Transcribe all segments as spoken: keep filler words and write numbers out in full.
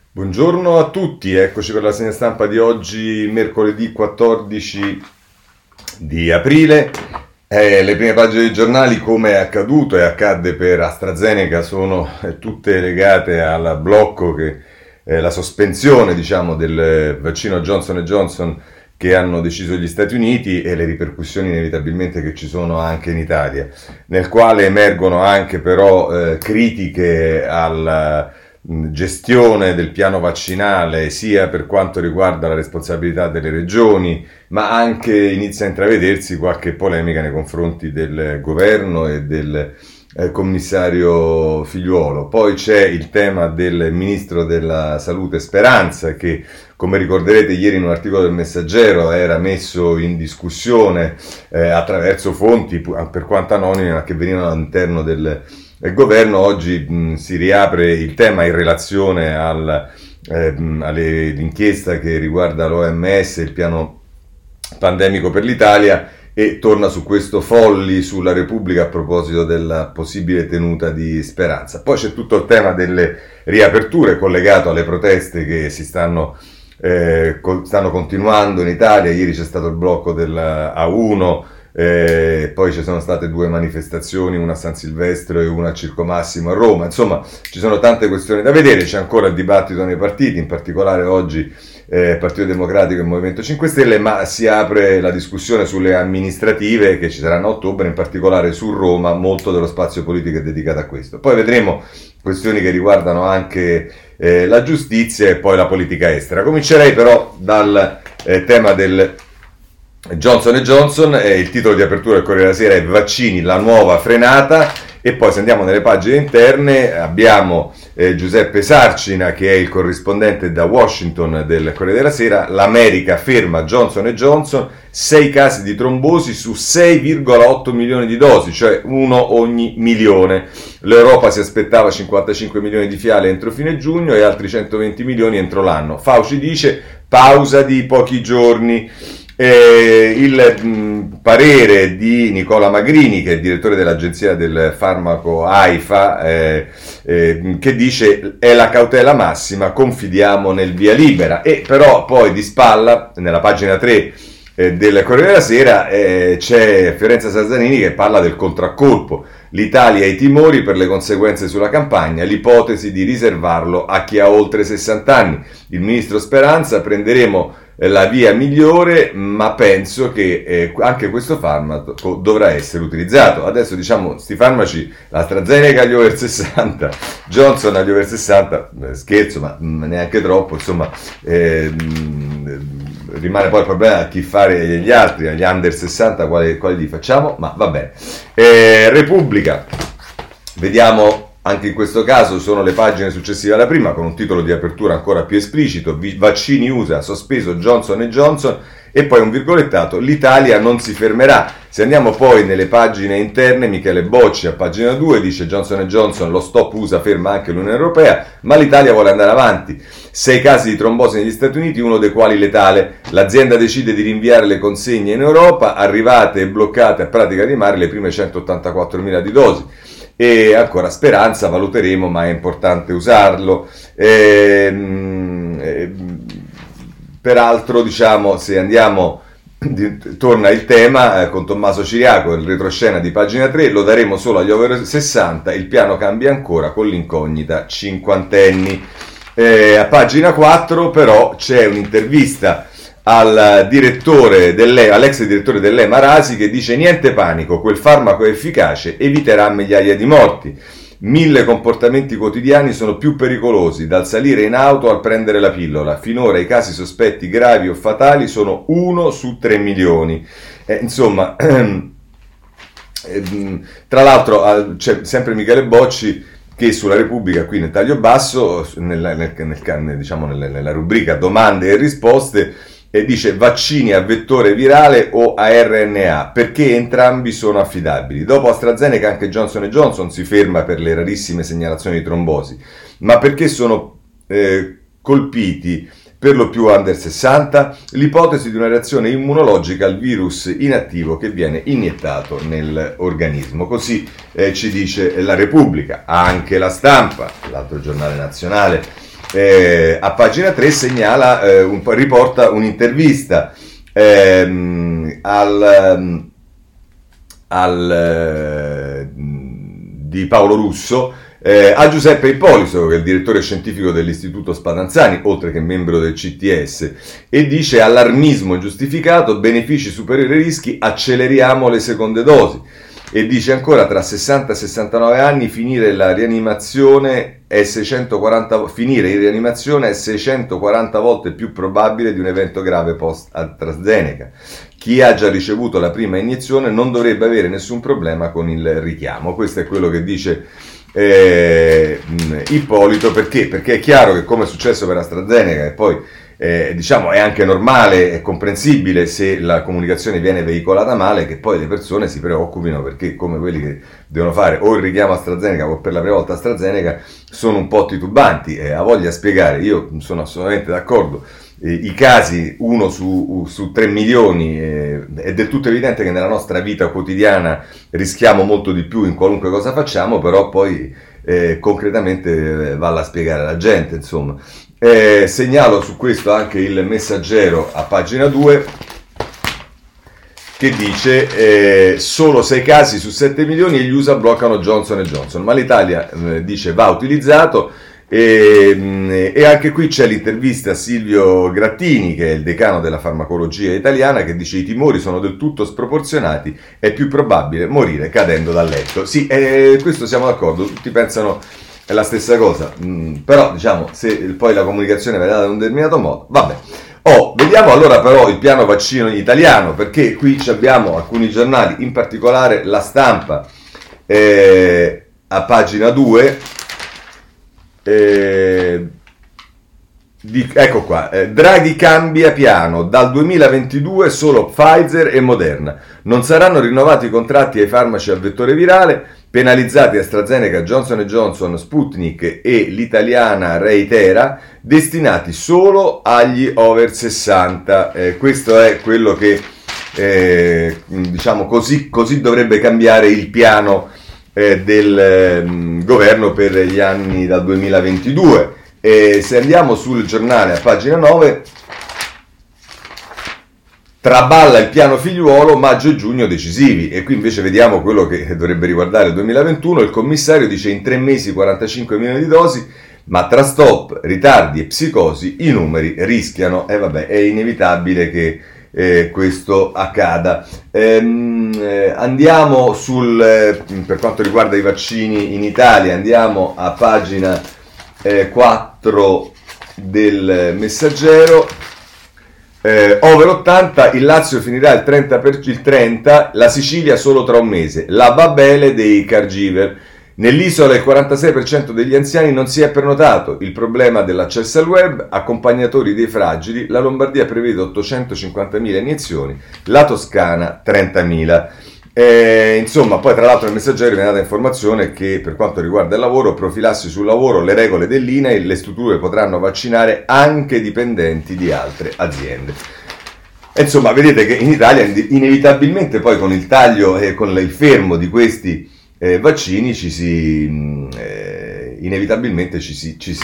Buongiorno a tutti, eccoci per la segna stampa di oggi, mercoledì quattordici di aprile. Eh, le prime pagine dei giornali, come è accaduto e accadde per AstraZeneca, sono eh, tutte legate al blocco, che eh, la sospensione, diciamo, del vaccino Johnson and Johnson che hanno deciso gli Stati Uniti e le ripercussioni inevitabilmente che ci sono anche in Italia, nel quale emergono anche però eh, critiche alla gestione del piano vaccinale, sia per quanto riguarda la responsabilità delle regioni, ma anche inizia a intravedersi qualche polemica nei confronti del governo e del eh, commissario Figliuolo. Poi c'è il tema del ministro della Salute Speranza, che, come ricorderete, ieri in un articolo del Messaggero era messo in discussione eh, attraverso fonti, per quanto anonime, ma che venivano all'interno del il governo. Oggi mh, si riapre il tema in relazione al, eh, all'inchiesta che riguarda l'O M S, il piano pandemico per l'Italia, e torna su questo Folli sulla Repubblica a proposito della possibile tenuta di Speranza. Poi c'è tutto il tema delle riaperture collegato alle proteste che si stanno, eh, co- stanno continuando in Italia. Ieri c'è stato il blocco della A uno. Eh, poi ci sono state due manifestazioni, una a San Silvestro e una a Circo Massimo a Roma. Insomma, ci sono tante questioni da vedere, c'è ancora il dibattito nei partiti, in particolare oggi eh, Partito Democratico e Movimento cinque Stelle, ma si apre la discussione sulle amministrative che ci saranno a ottobre, in particolare su Roma. Molto dello spazio politico è dedicato a questo. Poi vedremo questioni che riguardano anche eh, la giustizia e poi la politica estera. Comincerei però dal eh, tema del Johnson and Johnson. È il titolo di apertura del Corriere della Sera, è vaccini, la nuova frenata. E poi se andiamo nelle pagine interne abbiamo eh, Giuseppe Sarcina, che è il corrispondente da Washington del Corriere della Sera. L'America ferma Johnson and Johnson, sei casi di trombosi su sei virgola otto milioni di dosi, cioè uno ogni milione. L'Europa si aspettava cinquantacinque milioni di fiale entro fine giugno e altri centoventi milioni entro l'anno. Fauci dice pausa di pochi giorni. Eh, il mh, parere di Nicola Magrini, che è il direttore dell'agenzia del farmaco AIFA, eh, eh, che dice è la cautela massima, confidiamo nel via libera. E però poi di spalla, nella pagina tre eh, del Corriere della Sera, eh, c'è Fiorenza Sarzanini che parla del contraccolpo. L'Italia ha i timori per le conseguenze sulla campagna, l'ipotesi di riservarlo a chi ha oltre sessanta anni. Il ministro Speranza: prenderemo la via migliore, ma penso che eh, anche questo farmaco dovrà essere utilizzato. Adesso, diciamo, sti farmaci, l'AstraZeneca agli over sessanta, Johnson agli over sessanta, eh, scherzo, ma mh, neanche troppo, insomma, eh, mh, rimane poi il problema a chi fare gli altri, agli under sessanta, quali, quali li facciamo, ma va bene. Eh, Repubblica, vediamo. Anche in questo caso sono le pagine successive alla prima, con un titolo di apertura ancora più esplicito: vaccini U S A, sospeso Johnson and Johnson, e poi un virgolettato: l'Italia non si fermerà. Se andiamo poi nelle pagine interne, Michele Bocci a pagina due dice Johnson and Johnson, lo stop U S A ferma anche l'Unione Europea, ma l'Italia vuole andare avanti. Sei casi di trombosi negli Stati Uniti, uno dei quali letale. L'azienda decide di rinviare le consegne in Europa, arrivate e bloccate a Pratica di Mare le prime centottantaquattromila di dosi. E ancora Speranza, valuteremo, ma è importante usarlo. E, e, peraltro, diciamo, se andiamo, torna il tema eh, con Tommaso Ciriaco, il retroscena di pagina tre: lo daremo solo agli over sessanta, il piano cambia ancora con l'incognita cinquantenni. E a pagina quattro però c'è un'intervista al direttore dell'E, all'ex direttore dell'E M A Rasi, che dice: niente panico, quel farmaco è efficace, eviterà migliaia di morti. Mille comportamenti quotidiani sono più pericolosi, dal salire in auto al prendere la pillola. Finora i casi sospetti gravi o fatali sono uno su tre milioni. Eh, insomma, ehm, ehm, tra l'altro c'è sempre Michele Bocci che sulla Repubblica, qui nel taglio basso, nella, nel, nel, diciamo nella, nella rubrica domande e risposte, e dice: vaccini a vettore virale o a R N A, perché entrambi sono affidabili. Dopo AstraZeneca anche Johnson and Johnson si ferma per le rarissime segnalazioni di trombosi, ma perché sono eh, colpiti per lo più under sessanta? L'ipotesi di una reazione immunologica al virus inattivo che viene iniettato nell'organismo. Così eh, ci dice la Repubblica. Anche La Stampa, l'altro giornale nazionale, eh, a pagina tre segnala, eh, un, riporta un'intervista ehm, al, al, eh, di Paolo Russo eh, a Giuseppe Ippolito, che è il direttore scientifico dell'Istituto Spallanzani, oltre che membro del C T S, e dice: allarmismo giustificato, benefici superiori ai rischi, acceleriamo le seconde dosi. E dice ancora: tra sessanta e sessantanove anni finire la rianimazione è seicentoquaranta, finire in rianimazione è seicentoquaranta volte più probabile di un evento grave post AstraZeneca. Chi ha già ricevuto la prima iniezione non dovrebbe avere nessun problema con il richiamo. Questo è quello che dice eh, Ippolito. Perché? Perché è chiaro che, come è successo per AstraZeneca, e poi Eh, diciamo è anche normale e comprensibile, se la comunicazione viene veicolata male, che poi le persone si preoccupino, perché come quelli che devono fare o il richiamo AstraZeneca o per la prima volta AstraZeneca sono un po' titubanti e eh, ha voglia a spiegare. Io sono assolutamente d'accordo, eh, i casi uno su, su tre milioni, eh, è del tutto evidente che nella nostra vita quotidiana rischiamo molto di più in qualunque cosa facciamo, però poi eh, concretamente eh, vale a spiegare alla gente, insomma. Eh, segnalo su questo anche il Messaggero a pagina due, che dice eh, solo sei casi su sette milioni e gli U S A bloccano Johnson and Johnson, ma l'Italia eh, dice va utilizzato. E, e anche qui c'è l'intervista a Silvio Grattini, che è il decano della farmacologia italiana, che dice: i timori sono del tutto sproporzionati, è più probabile morire cadendo dal letto. Sì, eh, questo siamo d'accordo, tutti pensano è la stessa cosa, mm, però diciamo, se poi la comunicazione viene data in un determinato modo, vabbè. Oh, vediamo allora però il piano vaccino italiano, perché qui abbiamo alcuni giornali, in particolare La Stampa, eh, a pagina due, eh, di, ecco qua, eh, Draghi cambia piano, dal duemilaventidue solo Pfizer e Moderna, non saranno rinnovati i contratti ai farmaci a vettore virale, penalizzati AstraZeneca, Johnson and Johnson, Sputnik e l'italiana Reitera, destinati solo agli over sessanta. Eh, questo è quello che, eh, diciamo così, così dovrebbe cambiare il piano eh, del eh, governo per gli anni dal duemilaventidue. E se andiamo sul giornale a pagina nove, traballa il piano figliuolo, maggio e giugno decisivi, e qui invece vediamo quello che dovrebbe riguardare il duemilaventuno. Il commissario dice: in tre mesi quarantacinque milioni di dosi, ma tra stop, ritardi e psicosi i numeri rischiano. E eh vabbè, è inevitabile che eh, questo accada. Ehm, eh, andiamo sul, eh, per quanto riguarda i vaccini in Italia, andiamo a pagina eh, quattro del Messaggero. Eh, over ottanta, il Lazio finirà il trenta, per, il trenta, la Sicilia solo tra un mese, la Babele dei caregiver. Nell'isola il quarantasei per cento degli anziani non si è prenotato, il problema dell'accesso al web, accompagnatori dei fragili, la Lombardia prevede ottocentocinquantamila iniezioni, la Toscana trentamila. Eh, insomma, poi tra l'altro nel Messaggero viene data informazione che per quanto riguarda il lavoro, profilassi sul lavoro, le regole dell'I N A I, le strutture potranno vaccinare anche dipendenti di altre aziende. E insomma, vedete che in Italia inevitabilmente poi con il taglio e con il fermo di questi eh, vaccini ci si eh, inevitabilmente ci si, ci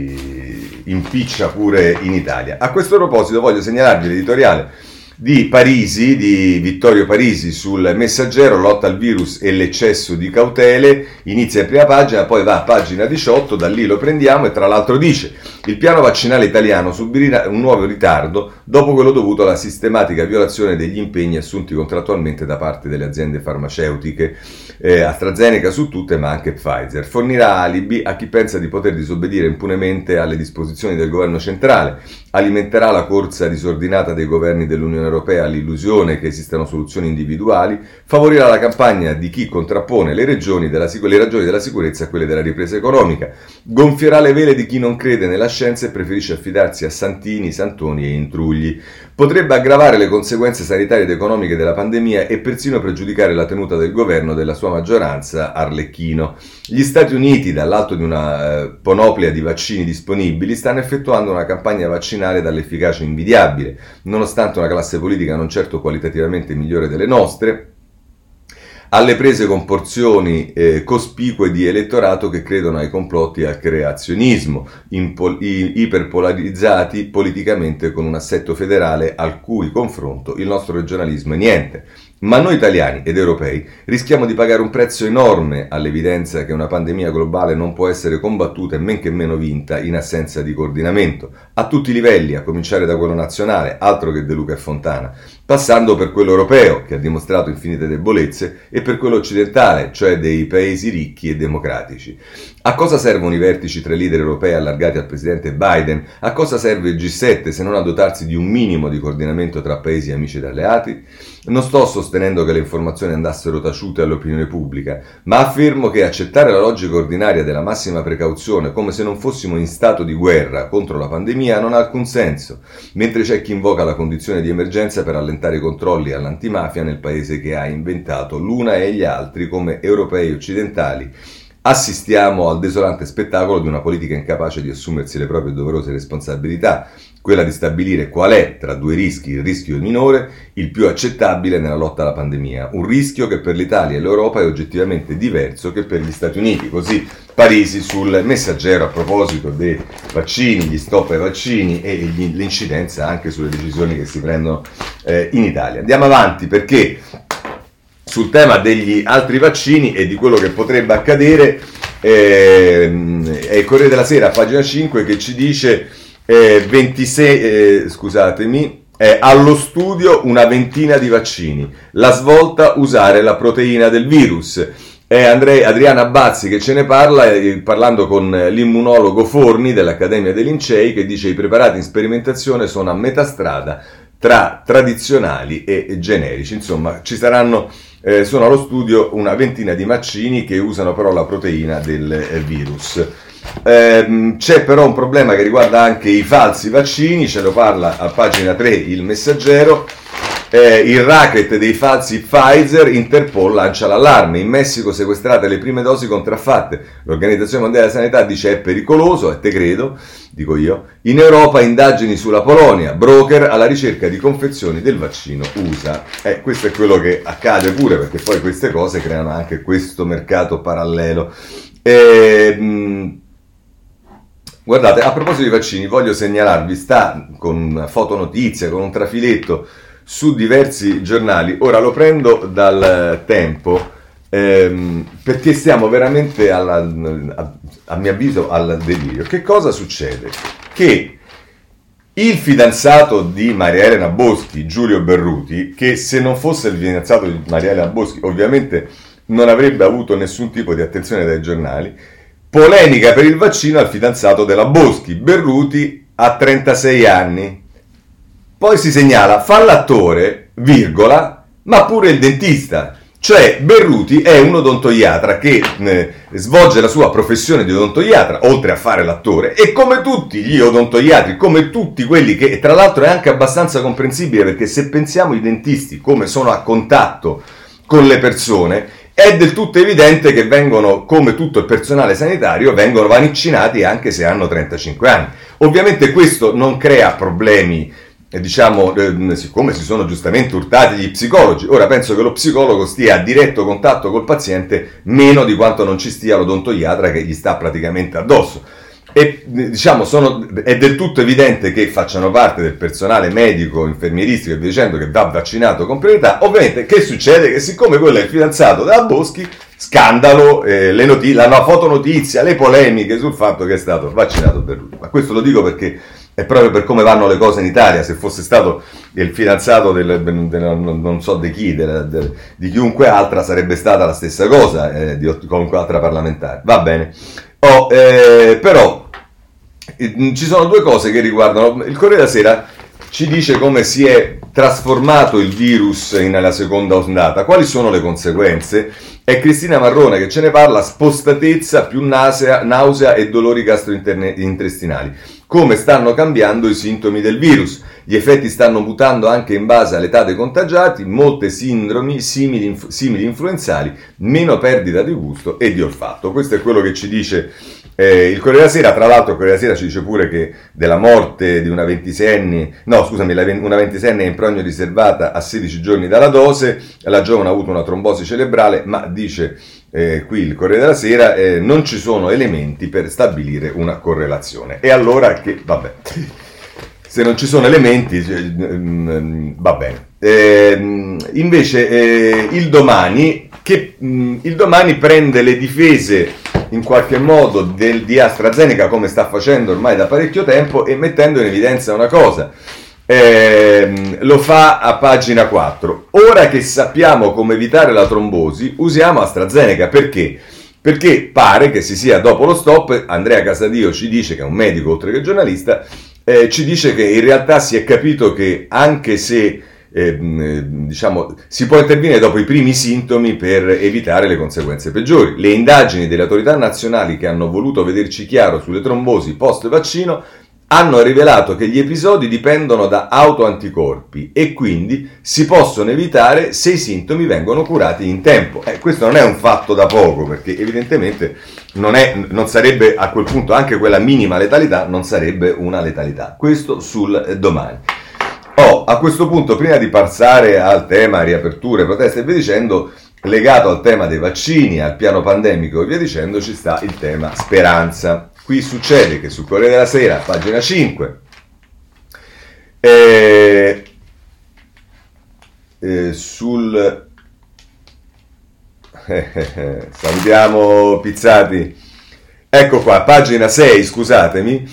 si impiccia pure in Italia. A questo proposito voglio segnalarvi l'editoriale di Parisi, di Vittorio Parisi sul Messaggero, lotta al virus e l'eccesso di cautele, inizia in prima pagina, poi va a pagina diciotto, da lì lo prendiamo e tra l'altro dice: il piano vaccinale italiano subirà un nuovo ritardo dopo quello dovuto alla sistematica violazione degli impegni assunti contrattualmente da parte delle aziende farmaceutiche, eh, AstraZeneca su tutte ma anche Pfizer. Fornirà alibi a chi pensa di poter disobbedire impunemente alle disposizioni del governo centrale, alimenterà la corsa disordinata dei governi dell'Unione Europea all'illusione che esistano soluzioni individuali, favorirà la campagna di chi contrappone le, regioni della, le ragioni della sicurezza a quelle della ripresa economica, gonfierà le vele di chi non crede nella scienza e preferisce affidarsi a santini, santoni e intrugli. Potrebbe aggravare le conseguenze sanitarie ed economiche della pandemia e persino pregiudicare la tenuta del governo della sua maggioranza arlecchino. Gli Stati Uniti, dall'alto di una eh, panoplia di vaccini disponibili, stanno effettuando una campagna vaccinale dall'efficacia invidiabile, nonostante una classe politica non certo qualitativamente migliore delle nostre. alle prese con porzioni eh, cospicue di elettorato che credono ai complotti e al creazionismo, impo- i- iperpolarizzati politicamente con un assetto federale al cui confronto il nostro regionalismo è niente. Ma noi italiani ed europei rischiamo di pagare un prezzo enorme all'evidenza che una pandemia globale non può essere combattuta e men che meno vinta in assenza di coordinamento, a tutti i livelli, a cominciare da quello nazionale, altro che De Luca e Fontana, passando per quello europeo, che ha dimostrato infinite debolezze, e per quello occidentale, cioè dei paesi ricchi e democratici. A cosa servono i vertici tra i leader europei allargati al presidente Biden? A cosa serve il G sette se non a dotarsi di un minimo di coordinamento tra paesi amici ed alleati? Non sto sostenendo che le informazioni andassero taciute all'opinione pubblica, ma affermo che accettare la logica ordinaria della massima precauzione come se non fossimo in stato di guerra contro la pandemia non ha alcun senso, mentre c'è chi invoca la condizione di emergenza per allentare i controlli all'antimafia nel paese che ha inventato l'una e gli altri come europei occidentali. Assistiamo al desolante spettacolo di una politica incapace di assumersi le proprie doverose responsabilità, quella di stabilire qual è, tra due rischi, il rischio minore, il più accettabile nella lotta alla pandemia. Un rischio che per l'Italia e l'Europa è oggettivamente diverso che per gli Stati Uniti. Così Parisi sul Messaggero a proposito dei vaccini, gli stop ai vaccini e gli, l'incidenza anche sulle decisioni che si prendono eh, in Italia. Andiamo avanti perché sul tema degli altri vaccini e di quello che potrebbe accadere eh, è il Corriere della Sera, pagina cinque, che ci dice eh, ventisei, eh, scusatemi, eh, allo studio una ventina di vaccini, la svolta usare la proteina del virus. È Andrei, Adriana Bazzi che ce ne parla, eh, parlando con l'immunologo Forni dell'Accademia dei Lincei, che dice i preparati in sperimentazione sono a metà strada tra tradizionali e generici. Insomma, ci saranno, eh, sono allo studio una ventina di vaccini che usano però la proteina del eh, virus. Eh, c'è però un problema che riguarda anche i falsi vaccini, ce lo parla a pagina tre il Messaggero. Eh, il racket dei falsi Pfizer, Interpol lancia l'allarme, in Messico sequestrate le prime dosi contraffatte, l'Organizzazione Mondiale della Sanità dice è pericoloso, e te credo, dico io. In Europa indagini sulla Polonia, broker alla ricerca di confezioni del vaccino U S A. Eh, questo è quello che accade pure, perché poi queste cose creano anche questo mercato parallelo. Eh, mh, guardate, a proposito di vaccini, voglio segnalarvi, sta con una fotonotizia, con un trafiletto su diversi giornali, ora lo prendo dal Tempo, ehm, perché stiamo veramente, alla, a, a mio avviso, al delirio. Che cosa succede? Che il fidanzato di Maria Elena Boschi, Giulio Berruti, che se non fosse il fidanzato di Maria Elena Boschi ovviamente non avrebbe avuto nessun tipo di attenzione dai giornali, polemica per il vaccino al fidanzato della Boschi, Berruti ha trentasei anni. Poi si segnala, fa l'attore, virgola, ma pure il dentista. Cioè Berruti è un odontoiatra che eh, svolge la sua professione di odontoiatra, oltre a fare l'attore, e come tutti gli odontoiatri, come tutti quelli che, tra l'altro è anche abbastanza comprensibile, perché se pensiamo ai dentisti come sono a contatto con le persone, è del tutto evidente che vengono, come tutto il personale sanitario, vengono vaccinati anche se hanno trentacinque anni. Ovviamente questo non crea problemi, diciamo, eh, siccome si sono giustamente urtati gli psicologi. Ora penso che lo psicologo stia a diretto contatto col paziente meno di quanto non ci stia l'odontoiatra che gli sta praticamente addosso. E diciamo, sono, è del tutto evidente che facciano parte del personale medico, infermieristico e via dicendo, che va vaccinato con priorità. Ovviamente che succede? Che siccome quello è il fidanzato della Boschi, scandalo, eh, le notizie, la fotonotizia, le polemiche sul fatto che è stato vaccinato per lui. Ma questo lo dico perché è proprio per come vanno le cose in Italia. Se fosse stato il fidanzato del, del non so di chi, del, del, di chiunque altra, sarebbe stata la stessa cosa, eh, di qualunque altra parlamentare. Va bene. Oh, eh, però eh, ci sono due cose che riguardano. Il Corriere della Sera ci dice come si è trasformato il virus nella seconda ondata, quali sono le conseguenze, È Cristina Marrone che ce ne parla, spostatezza più nausea, nausea e dolori gastrointestinali. Come stanno cambiando i sintomi del virus. Gli effetti stanno mutando anche in base all'età dei contagiati, molte sindromi simili, simili influenzali, meno perdita di gusto e di olfatto. Questo è quello che ci dice eh, il Corriere della Sera. Tra l'altro il Corriere della Sera ci dice pure che della morte di una ventisenne, no scusami, una ventisenne è in prognosi riservata a sedici giorni dalla dose, la giovane ha avuto una trombosi cerebrale, ma dice eh, qui il Corriere della Sera eh, non ci sono elementi per stabilire una correlazione. E allora che, vabbè, se non ci sono elementi va bene. Eh, invece eh, il domani che mh, il domani prende le difese in qualche modo del, di AstraZeneca, come sta facendo ormai da parecchio tempo, e mettendo in evidenza una cosa. Eh, lo fa a pagina quattro. Ora che sappiamo come evitare la trombosi, usiamo AstraZeneca. Perché? Perché pare che si sia, dopo lo stop, Andrea Casadio ci dice, che è un medico oltre che giornalista, eh, ci dice che in realtà si è capito che anche se eh, diciamo si può intervenire dopo i primi sintomi per evitare le conseguenze peggiori. Le indagini delle autorità nazionali che hanno voluto vederci chiaro sulle trombosi post vaccino hanno rivelato che gli episodi dipendono da autoanticorpi e quindi si possono evitare se i sintomi vengono curati in tempo. Eh, questo non è un fatto da poco, perché evidentemente non, è, non sarebbe a quel punto anche quella minima letalità, non sarebbe una letalità. Questo sul domani. Oh, a questo punto, prima di passare al tema riaperture, proteste e via dicendo, legato al tema dei vaccini, al piano pandemico e via dicendo, ci sta il tema speranza. Qui succede che sul Corriere della Sera, pagina cinque, eh, eh, sul eh, eh, salutiamo Pizzati, ecco qua, pagina sei, scusatemi,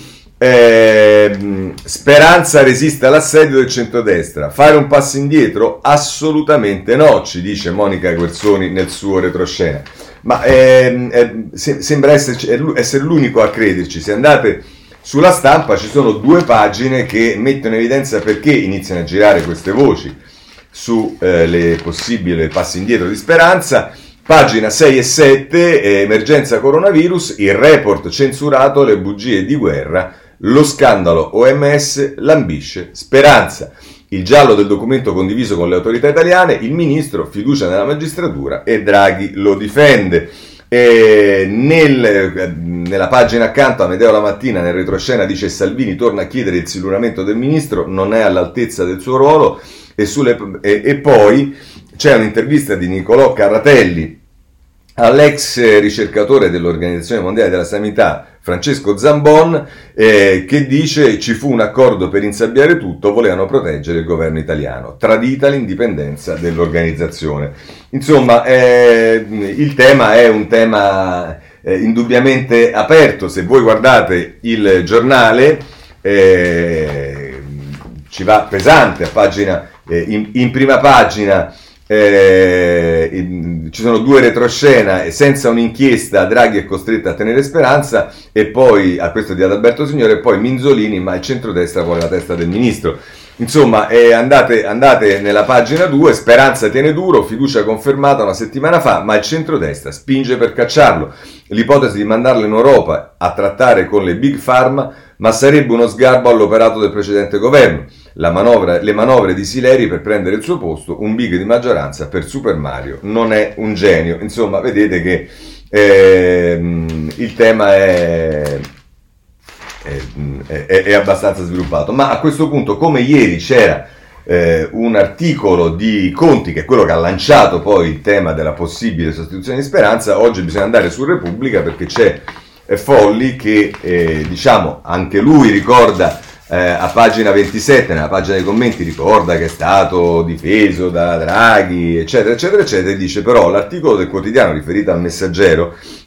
eh, Speranza resiste all'assedio del centrodestra, fare un passo indietro? Assolutamente no, ci dice Monica Guerzoni nel suo retroscena. Ma eh, eh, se, sembra esserci, essere l'unico a crederci. Se andate sulla Stampa ci sono due pagine che mettono in evidenza perché iniziano a girare queste voci su eh, le possibili passi indietro di Speranza. Pagina sei e sette, eh, emergenza coronavirus, il report censurato, le bugie di guerra, lo scandalo O M S lambisce Speranza. Il giallo del documento condiviso con le autorità italiane, il ministro, fiducia nella magistratura e Draghi lo difende. E nel, nella pagina accanto, Amedeo La Mattina, nel retroscena, dice Salvini torna a chiedere il silluramento del ministro, non è all'altezza del suo ruolo. E, sulle, e, e poi c'è un'intervista di Nicolò Carratelli all'ex ricercatore dell'Organizzazione Mondiale della Sanità, Francesco Zambon, eh, che dice ci fu un accordo per insabbiare tutto, volevano proteggere il governo italiano, tradita l'indipendenza dell'organizzazione. Insomma, eh, il tema è un tema eh, indubbiamente aperto. Se voi guardate il giornale, eh, ci va pesante, a pagina, eh, in, in prima pagina, Eh, in, ci sono due retroscena e senza un'inchiesta Draghi è costretto a tenere Speranza, e poi a questo di Adalberto Signore, e poi Minzolini, ma il centrodestra vuole la testa del ministro. Insomma, eh, andate, andate nella pagina due, Speranza tiene duro, fiducia confermata una settimana fa, ma il centrodestra spinge per cacciarlo. L'ipotesi di mandarlo in Europa a trattare con le big pharma, ma sarebbe uno sgarbo all'operato del precedente governo. La manovra, le manovre di Sileri per prendere il suo posto, un big di maggioranza per Super Mario, non è un genio. Insomma, vedete che eh, il tema è, è, è, è abbastanza sviluppato. Ma a questo punto, come ieri c'era eh, un articolo di Conti, che è quello che ha lanciato poi il tema della possibile sostituzione di Speranza, oggi bisogna andare su Repubblica perché c'è eh, Folli che, eh, diciamo, anche lui ricorda, Eh, a pagina ventisette, nella pagina dei commenti, ricorda che è stato difeso da Draghi, eccetera, eccetera, eccetera, e dice però l'articolo del quotidiano riferito al Messaggero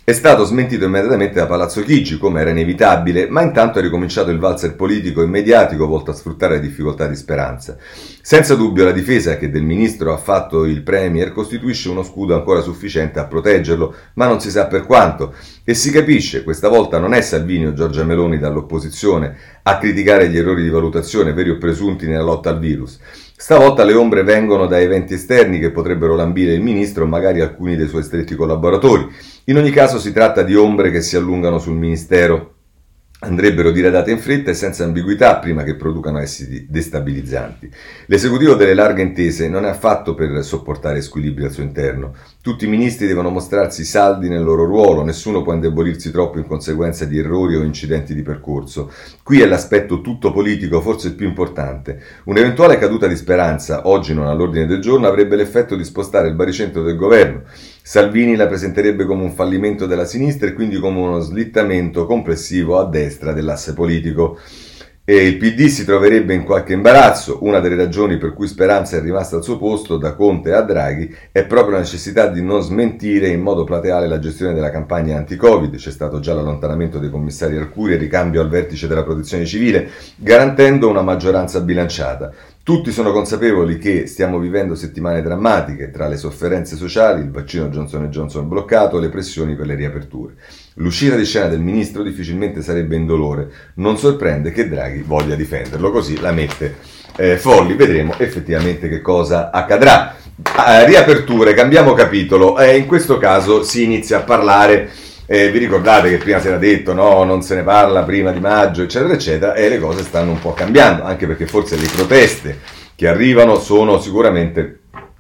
è stato smentito immediatamente da Palazzo Chigi, come era inevitabile, ma intanto è ricominciato il valzer politico e mediatico volto a sfruttare le difficoltà di Speranza. Senza dubbio la difesa che del ministro ha fatto il Premier costituisce uno scudo ancora sufficiente a proteggerlo, ma non si sa per quanto. E si capisce, questa volta non è Salvini o Giorgia Meloni dall'opposizione a criticare gli errori di valutazione veri o presunti nella lotta al virus. Stavolta le ombre vengono da eventi esterni che potrebbero lambire il ministro o magari alcuni dei suoi stretti collaboratori. In ogni caso si tratta di ombre che si allungano sul ministero. Andrebbero diradate in fretta e senza ambiguità prima che producano esiti destabilizzanti. L'esecutivo delle larghe intese non è affatto per sopportare squilibri al suo interno. Tutti i ministri devono mostrarsi saldi nel loro ruolo, nessuno può indebolirsi troppo in conseguenza di errori o incidenti di percorso. Qui è l'aspetto tutto politico forse il più importante. Un'eventuale caduta di Speranza, oggi non all'ordine del giorno, avrebbe l'effetto di spostare il baricentro del governo. Salvini la presenterebbe come un fallimento della sinistra e quindi come uno slittamento complessivo a destra dell'asse politico. E il P D si troverebbe in qualche imbarazzo. Una delle ragioni per cui Speranza è rimasta al suo posto da Conte a Draghi è proprio la necessità di non smentire in modo plateale la gestione della campagna anti-Covid. C'è stato già l'allontanamento dei commissari Arcuri e ricambio al vertice della protezione civile, garantendo una maggioranza bilanciata. Tutti sono consapevoli che stiamo vivendo settimane drammatiche tra le sofferenze sociali, il vaccino Johnson and Johnson bloccato e le pressioni per le riaperture. L'uscita di scena del ministro difficilmente sarebbe indolore. Non sorprende che Draghi voglia difenderlo, così la mette eh, Folli. Vedremo effettivamente che cosa accadrà. Ah, riaperture, cambiamo capitolo. Eh, in questo caso si inizia a parlare. Eh, vi ricordate che prima si era detto no, non se ne parla prima di maggio, eccetera, eccetera, e le cose stanno un po' cambiando, anche perché forse le proteste che arrivano sono sicuramente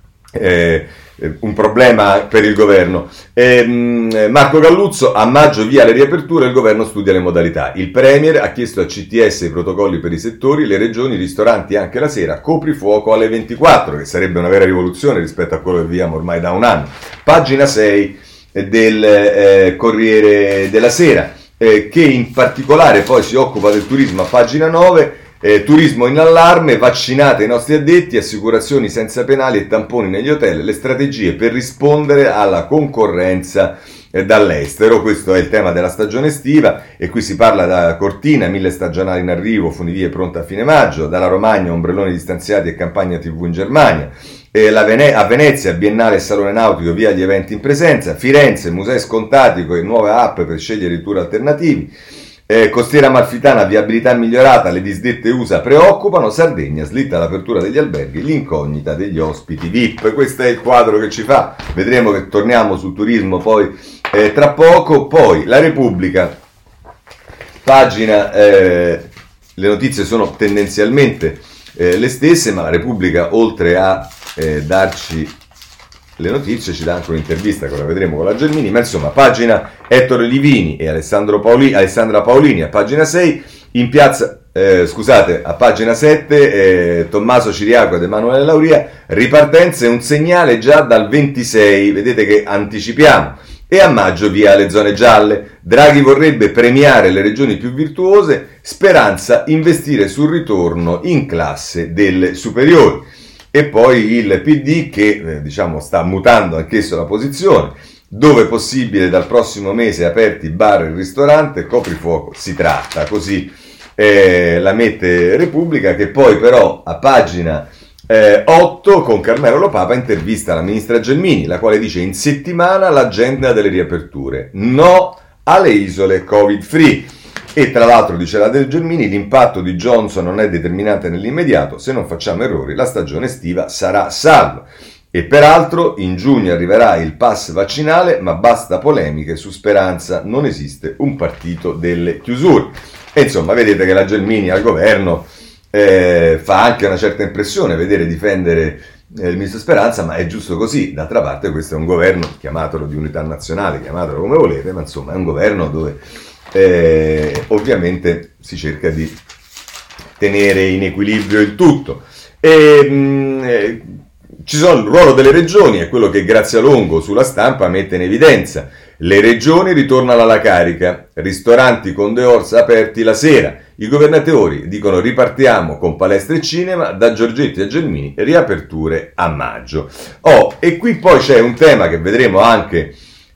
eh, un problema per il governo. Eh, Marco Galluzzo, a maggio via le riaperture, il governo studia le modalità. Il Premier ha chiesto a C T S i protocolli per i settori, le regioni, i ristoranti anche la sera, coprifuoco alle ventiquattro, che sarebbe una vera rivoluzione rispetto a quello che viviamo ormai da un anno. Pagina sei del eh, Corriere della Sera, eh, che in particolare poi si occupa del turismo a pagina nove, eh, turismo in allarme, vaccinate i nostri addetti, assicurazioni senza penali e tamponi negli hotel, le strategie per rispondere alla concorrenza eh, dall'estero. Questo è il tema della stagione estiva e qui si parla da Cortina, mille stagionali in arrivo, funivie pronta a fine maggio, dalla Romagna ombrelloni distanziati e campagna tivù in Germania. Eh, la Vene- a Venezia, Biennale e Salone Nautico, via gli eventi in presenza. Firenze, musei scontati con nuove app per scegliere i tour alternativi. Eh, Costiera Amalfitana, viabilità migliorata, le disdette U S A preoccupano. Sardegna, slitta l'apertura degli alberghi, l'incognita degli ospiti V I P. Questo è il quadro che ci fa. Vedremo che torniamo sul turismo poi eh, tra poco. Poi la Repubblica, pagina, eh, le notizie sono tendenzialmente eh, le stesse, ma la Repubblica oltre a Eh, darci le notizie ci dà anche un'intervista che ora vedremo con la Gelmini, ma insomma pagina Ettore Livini e Alessandro Paoli, Alessandra Paolini a pagina sei, in piazza eh, scusate a pagina sette eh, Tommaso Ciriaco ed Emanuele Lauria, ripartenza è un segnale già dal ventisei, vedete che anticipiamo, e a maggio via le zone gialle. Draghi vorrebbe premiare le regioni più virtuose, Speranza investire sul ritorno in classe delle superiori. E poi il P D che eh, diciamo sta mutando anch'esso la posizione, dove possibile dal prossimo mese aperti bar e ristorante, coprifuoco si tratta, così eh, la mette Repubblica, che poi però a pagina eh, otto con Carmelo Lopapa intervista la ministra Gelmini, la quale dice in settimana l'agenda delle riaperture, no alle isole covid free. E tra l'altro, dice la del Gelmini, l'impatto di Johnson non è determinante nell'immediato, se non facciamo errori la stagione estiva sarà salva. E peraltro in giugno arriverà il pass vaccinale, ma basta polemiche su Speranza, non esiste un partito delle chiusure. E insomma, vedete che la Gelmini al governo eh, fa anche una certa impressione vedere difendere eh, il ministro Speranza, ma è giusto così. D'altra parte questo è un governo, chiamatelo di unità nazionale, chiamatelo come volete, ma insomma è un governo dove Eh, ovviamente si cerca di tenere in equilibrio il tutto. E, mh, eh, ci sono il ruolo delle regioni, è quello che Grazia Longo sulla Stampa mette in evidenza. Le regioni ritornano alla carica, ristoranti con dehors aperti la sera, i governatori dicono ripartiamo con palestre e cinema, da Giorgetti a Gelmini riaperture a maggio. Oh, e qui poi c'è un tema che vedremo anche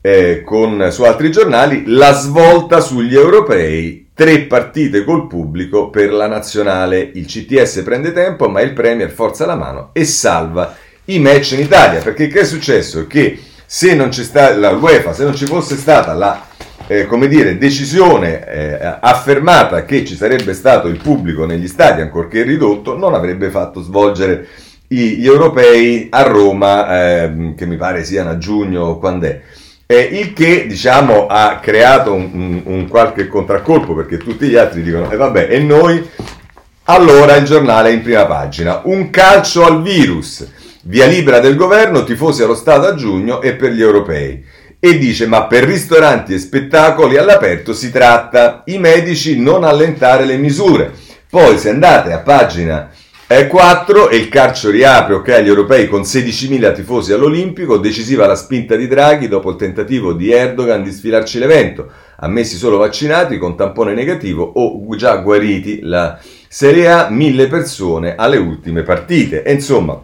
eh, con, su altri giornali, la svolta sugli europei, tre partite col pubblico per la nazionale, il C T S prende tempo ma il Premier forza la mano e salva i match in Italia, perché che è successo? Che se non c'è stata la UEFA, se non ci fosse stata la eh, come dire, decisione eh, affermata che ci sarebbe stato il pubblico negli stadi, ancorché ridotto, non avrebbe fatto svolgere gli europei a Roma, eh, che mi pare siano a giugno, quando è. Eh, il che, diciamo, ha creato un, un, un qualche contraccolpo, perché tutti gli altri dicono, e eh, vabbè, e noi? Allora il giornale è in prima pagina, un calcio al virus, via libera del governo, tifosi allo stadio a giugno e per gli europei. E dice, ma per ristoranti e spettacoli all'aperto si tratta, i medici non allentare le misure. Poi se andate a pagina quattro e il calcio riapre, ok, agli europei con sedicimila tifosi all'Olimpico, decisiva la spinta di Draghi dopo il tentativo di Erdogan di sfilarci l'evento, ammessi solo vaccinati con tampone negativo o già guariti, la Serie A, mille persone alle ultime partite. E insomma,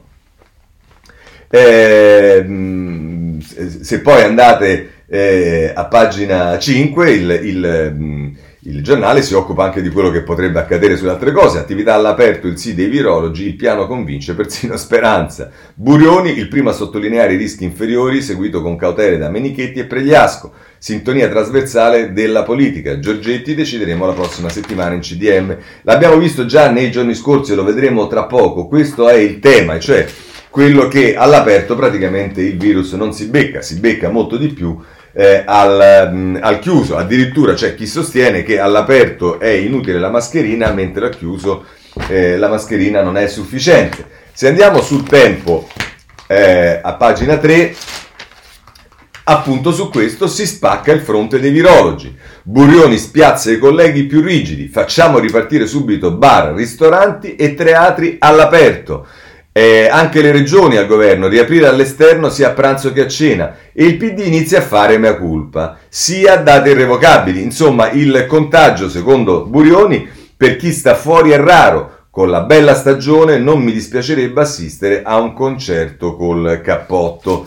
eh, se poi andate eh, a pagina cinque, il, il, il giornale si occupa anche di quello che potrebbe accadere sulle altre cose. Attività all'aperto, il sì dei virologi, il piano convince persino Speranza. Burioni, il primo a sottolineare i rischi inferiori, seguito con cautele da Menichetti e Pregliasco. Sintonia trasversale della politica. Giorgetti, decideremo la prossima settimana in C D M. L'abbiamo visto già nei giorni scorsi e lo vedremo tra poco. Questo è il tema, cioè quello che all'aperto praticamente il virus non si becca, si becca molto di più eh, al, mh, al chiuso. Addirittura c'è chi sostiene che all'aperto è inutile la mascherina, mentre al chiuso eh, la mascherina non è sufficiente. Se andiamo sul Tempo, eh, a pagina tre, appunto su questo si spacca il fronte dei virologi. Burioni spiazza i colleghi più rigidi, facciamo ripartire subito bar, ristoranti e teatri all'aperto. Eh, anche le regioni al governo, riaprire all'esterno sia a pranzo che a cena, e il P D inizia a fare mea culpa, sia date irrevocabili. Insomma, il contagio, secondo Burioni, per chi sta fuori è raro, con la bella stagione non mi dispiacerebbe assistere a un concerto col cappotto.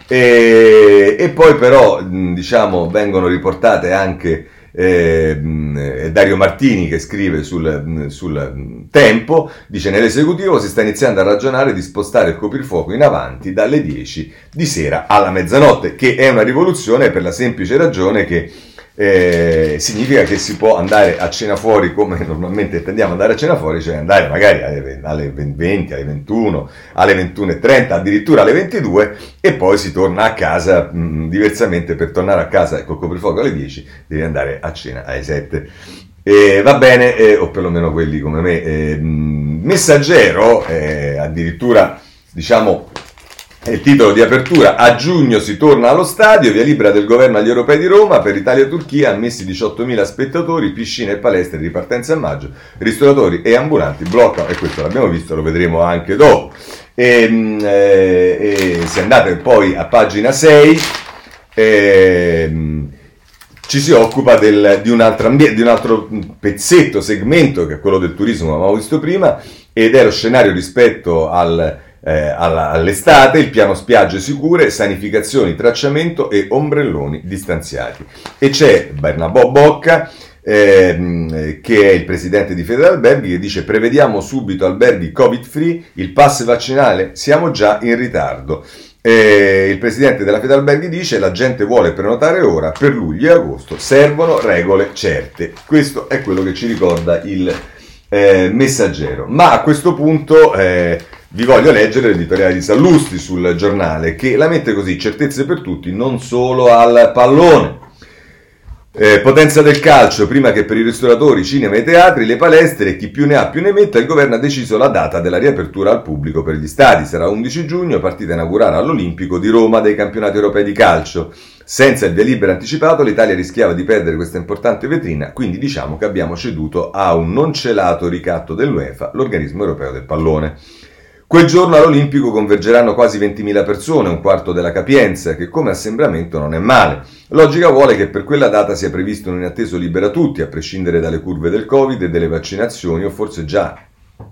E, e poi però, diciamo, vengono riportate anche Eh, Dario Martini, che scrive sul, sul Tempo, dice: nell'esecutivo si sta iniziando a ragionare di spostare il coprifuoco in avanti dalle dieci di sera alla mezzanotte, che è una rivoluzione per la semplice ragione che eh, significa che si può andare a cena fuori come normalmente tendiamo ad andare a cena fuori, cioè andare magari alle, alle venti, alle ventuno, alle ventuno e trenta, addirittura alle ventidue, e poi si torna a casa. Mh, diversamente, per tornare a casa col coprifuoco alle dieci devi andare a cena alle sette. E va bene, eh, o perlomeno quelli come me. Eh, mh, Messaggero, eh, addirittura, diciamo, è il titolo di apertura: a giugno si torna allo stadio, via libera del governo agli europei di Roma, per Italia-Turchia ammessi diciottomila spettatori, piscine e palestre di ripartenza a maggio, ristoratori e ambulanti bloccano, e questo l'abbiamo visto, lo vedremo anche dopo. E, eh, e se andate poi a pagina sei, eh, ci si occupa del, di, un altro ambiente, di un altro pezzetto, segmento, che è quello del turismo, come abbiamo visto prima, ed è lo scenario rispetto al Eh, all'estate, il piano spiagge sicure, sanificazioni, tracciamento e ombrelloni distanziati. E c'è Bernabò Bocca, eh, che è il presidente di Federalberghi, che dice: prevediamo subito alberghi covid free, il pass vaccinale, siamo già in ritardo. Eh, il presidente della Federalberghi dice: la gente vuole prenotare ora, per luglio e agosto servono regole certe. Questo è quello che ci ricorda il eh, Messaggero. Ma a questo punto eh, vi voglio leggere l'editoriale di Sallusti sul giornale, che la mette così: certezze per tutti, non solo al pallone. Eh, potenza del calcio, prima che per i ristoratori, cinema e teatri, le palestre e chi più ne ha più ne metta, il governo ha deciso la data della riapertura al pubblico per gli stadi. Sarà undici giugno, partita inaugurale all'Olimpico di Roma dei campionati europei di calcio. Senza il via libera anticipato l'Italia rischiava di perdere questa importante vetrina, quindi diciamo che abbiamo ceduto a un non celato ricatto dell'UEFA, l'organismo europeo del pallone. Quel giorno all'Olimpico convergeranno quasi ventimila persone, un quarto della capienza, che come assembramento non è male. Logica vuole che per quella data sia previsto un inatteso libera tutti, a prescindere dalle curve del Covid e delle vaccinazioni, o forse già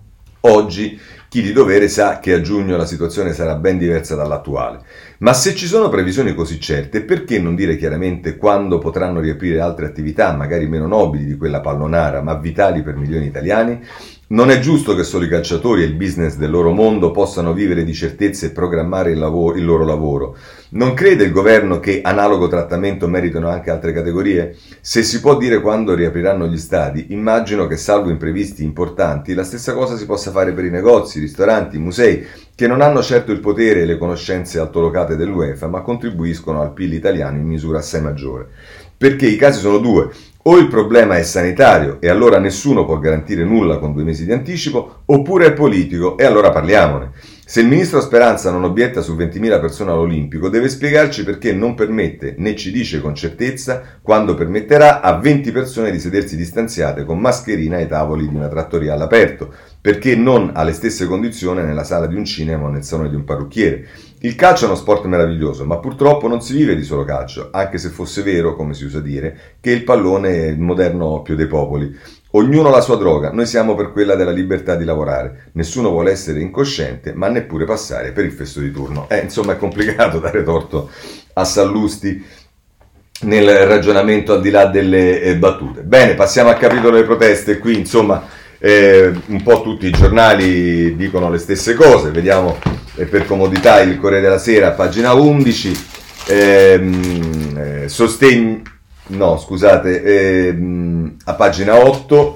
Oggi chi di dovere sa che a giugno la situazione sarà ben diversa dall'attuale. Ma se ci sono previsioni così certe, perché non dire chiaramente quando potranno riaprire altre attività, magari meno nobili di quella pallonara, ma vitali per milioni di italiani? Non è giusto che solo i calciatori e il business del loro mondo possano vivere di certezze e programmare il, lavoro, il loro lavoro. Non crede il governo che analogo trattamento meritano anche altre categorie? Se si può dire quando riapriranno gli stadi, immagino che salvo imprevisti importanti, la stessa cosa si possa fare per i negozi, i ristoranti, i musei, che non hanno certo il potere e le conoscenze altolocate dell'UEFA, ma contribuiscono al P I L italiano in misura assai maggiore. Perché i casi sono due. O il problema è sanitario e allora nessuno può garantire nulla con due mesi di anticipo, oppure è politico e allora parliamone. Se il ministro Speranza non obietta su ventimila persone all'Olimpico, deve spiegarci perché non permette, né ci dice con certezza, quando permetterà a venti persone di sedersi distanziate con mascherina ai tavoli di una trattoria all'aperto, perché non alle stesse condizioni nella sala di un cinema o nel salone di un parrucchiere. Il calcio è uno sport meraviglioso, ma purtroppo non si vive di solo calcio, anche se fosse vero, come si usa dire, che il pallone è il moderno oppio dei popoli. Ognuno la sua droga, noi siamo per quella della libertà di lavorare. Nessuno vuole essere incosciente, ma neppure passare per il festo di turno. Eh, insomma, è complicato dare torto a Sallusti nel ragionamento al di là delle eh, battute. Bene, passiamo al capitolo delle proteste. Qui, insomma, eh, un po' tutti i giornali dicono le stesse cose. Vediamo eh, per comodità il Corriere della Sera, pagina undici. Ehm, eh, sostegni... No, scusate, ehm, a pagina otto,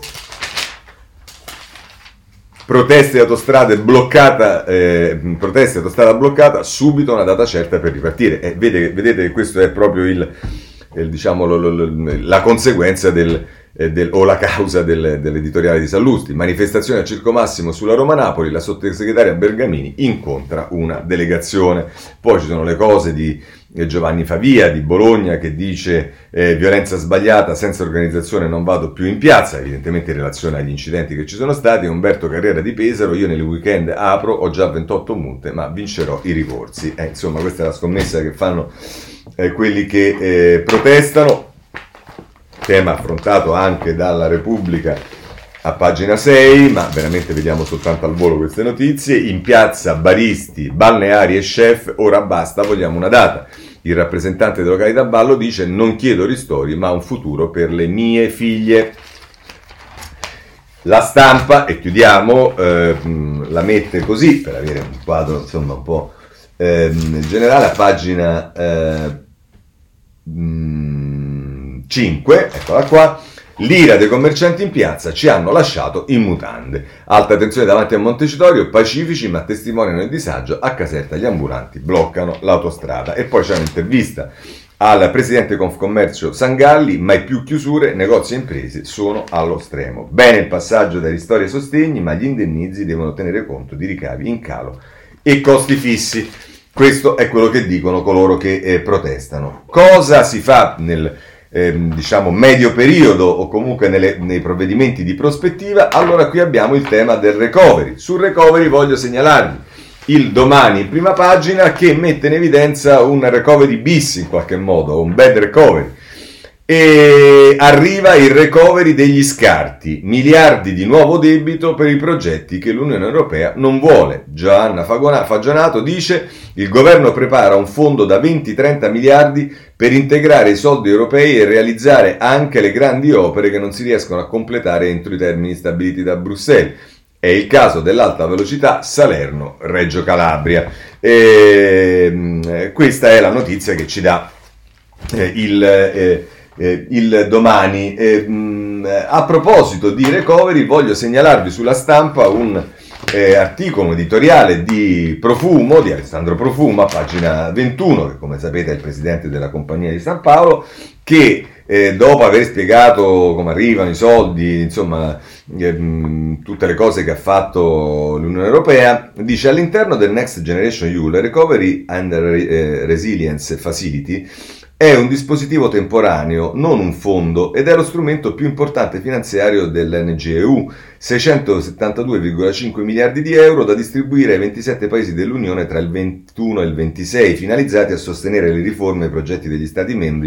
proteste autostrade bloccata, eh, proteste autostrada bloccata, subito una data certa per ripartire. E vedete, vedete che questo è proprio il, il diciamo, lo, lo, lo, la conseguenza del, eh, del, o la causa del, dell'editoriale di Sallusti. Manifestazione a Circo Massimo sulla Roma-Napoli, la sottosegretaria Bergamini incontra una delegazione. Poi ci sono le cose di Giovanni Favia di Bologna che dice eh, violenza sbagliata, senza organizzazione non vado più in piazza, evidentemente in relazione agli incidenti che ci sono stati. Umberto Carrera di Pesaro, io nel weekend apro, ho già ventotto multe ma vincerò i ricorsi. Eh, insomma, questa è la scommessa che fanno eh, quelli che eh, protestano, tema affrontato anche dalla Repubblica a pagina sei, ma veramente vediamo soltanto al volo queste notizie. In piazza baristi, balneari e chef, ora basta, vogliamo una data. Il rappresentante dei locali da ballo dice non chiedo ristori ma un futuro per le mie figlie. La Stampa, e chiudiamo, eh, la mette così per avere un quadro insomma un po' eh, generale a pagina eh, cinque, eccola qua. L'ira dei commercianti in piazza, ci hanno lasciato in mutande. Alta tensione davanti a Montecitorio, pacifici ma testimoniano il disagio, a Caserta gli ambulanti bloccano l'autostrada. E poi c'è un'intervista al presidente Confcommercio Sangalli, mai più chiusure, negozi e imprese sono allo stremo. Bene il passaggio dai ristori ai sostegni, ma gli indennizi devono tenere conto di ricavi in calo e costi fissi. Questo è quello che dicono coloro che eh, protestano. Cosa si fa nel Eh, diciamo medio periodo o comunque nelle, nei provvedimenti di prospettiva? Allora qui abbiamo il tema del recovery. Sul recovery voglio segnalarvi il Domani in prima pagina che mette in evidenza un recovery bis in qualche modo, un bad recovery, e arriva il recovery degli scarti, miliardi di nuovo debito per i progetti che l'Unione Europea non vuole. Giovanna Fagionato dice il governo prepara un fondo da venti trenta miliardi per integrare i soldi europei e realizzare anche le grandi opere che non si riescono a completare entro i termini stabiliti da Bruxelles. È il caso dell'alta velocità Salerno-Reggio Calabria. E, questa è la notizia che ci dà eh, il... Eh, Eh, il Domani. Eh, mh, a proposito di recovery voglio segnalarvi sulla Stampa un eh, articolo editoriale di Profumo, di Alessandro Profumo, a pagina ventuno, che come sapete è il presidente della Compagnia di San Paolo, che eh, dopo aver spiegato come arrivano i soldi, insomma eh, mh, tutte le cose che ha fatto l'Unione Europea, dice all'interno del Next Generation E U, la Recovery and eh, Resilience Facility è un dispositivo temporaneo, non un fondo, ed è lo strumento più importante finanziario dell'N G E U, seicentosettantadue virgola cinque miliardi di euro da distribuire ai ventisette paesi dell'Unione tra il ventuno e il ventisei, finalizzati a sostenere le riforme e i progetti degli Stati membri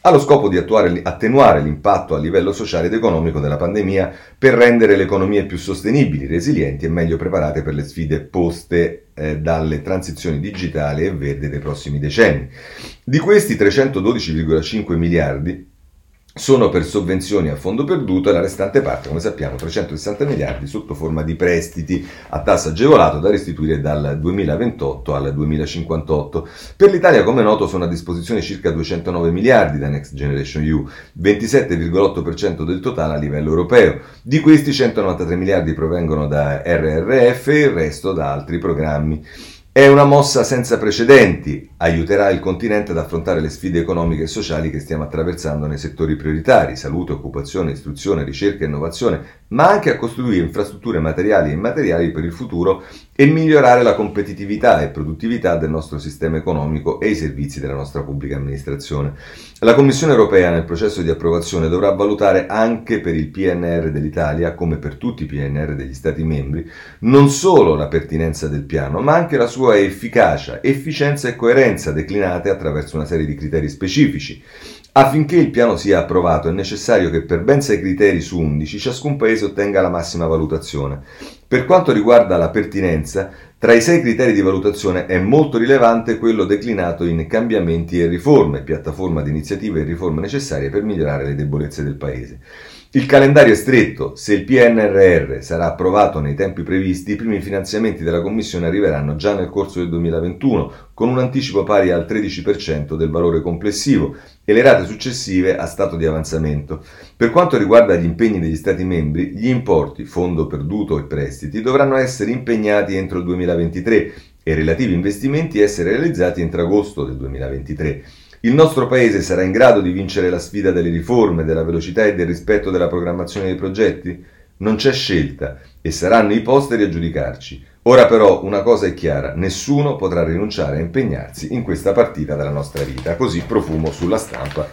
ha lo scopo di attuare, attenuare l'impatto a livello sociale ed economico della pandemia per rendere le economie più sostenibili, resilienti e meglio preparate per le sfide poste eh, dalle transizioni digitali e verde dei prossimi decenni. Di questi trecentododici virgola cinque miliardi sono per sovvenzioni a fondo perduto e la restante parte, come sappiamo, trecentosessanta miliardi sotto forma di prestiti a tasso agevolato da restituire dal duemilaventotto al duemilacinquantotto. Per l'Italia, come noto, sono a disposizione circa duecentonove miliardi da Next Generation E U, ventisette virgola otto per cento del totale a livello europeo. Di questi centonovantatré miliardi provengono da R R F e il resto da altri programmi. È una mossa senza precedenti, aiuterà il continente ad affrontare le sfide economiche e sociali che stiamo attraversando nei settori prioritari, salute, occupazione, istruzione, ricerca e innovazione, ma anche a costruire infrastrutture materiali e immateriali per il futuro e migliorare la competitività e produttività del nostro sistema economico e i servizi della nostra pubblica amministrazione. La Commissione europea nel processo di approvazione dovrà valutare anche per il P N R dell'Italia, come per tutti i P N R degli Stati membri, non solo la pertinenza del piano, ma anche la sua efficacia, efficienza e coerenza declinate attraverso una serie di criteri specifici. Affinché il piano sia approvato è necessario che per ben sei criteri su undici ciascun paese ottenga la massima valutazione. Per quanto riguarda la pertinenza, tra i sei criteri di valutazione è molto rilevante quello declinato in cambiamenti e riforme, piattaforma di iniziative e riforme necessarie per migliorare le debolezze del paese. Il calendario è stretto, se il P N R R sarà approvato nei tempi previsti, i primi finanziamenti della Commissione arriveranno già nel corso del duemilaventuno, con un anticipo pari al tredici per cento del valore complessivo e le rate successive a stato di avanzamento. Per quanto riguarda gli impegni degli Stati membri, gli importi, fondo perduto e prestiti, dovranno essere impegnati entro il duemilaventitré e i relativi investimenti essere realizzati entro agosto del duemilaventitré. Il nostro Paese sarà in grado di vincere la sfida delle riforme, della velocità e del rispetto della programmazione dei progetti? Non c'è scelta e saranno i posteri a giudicarci. Ora però una cosa è chiara, nessuno potrà rinunciare a impegnarsi in questa partita della nostra vita. Così Profumo sulla Stampa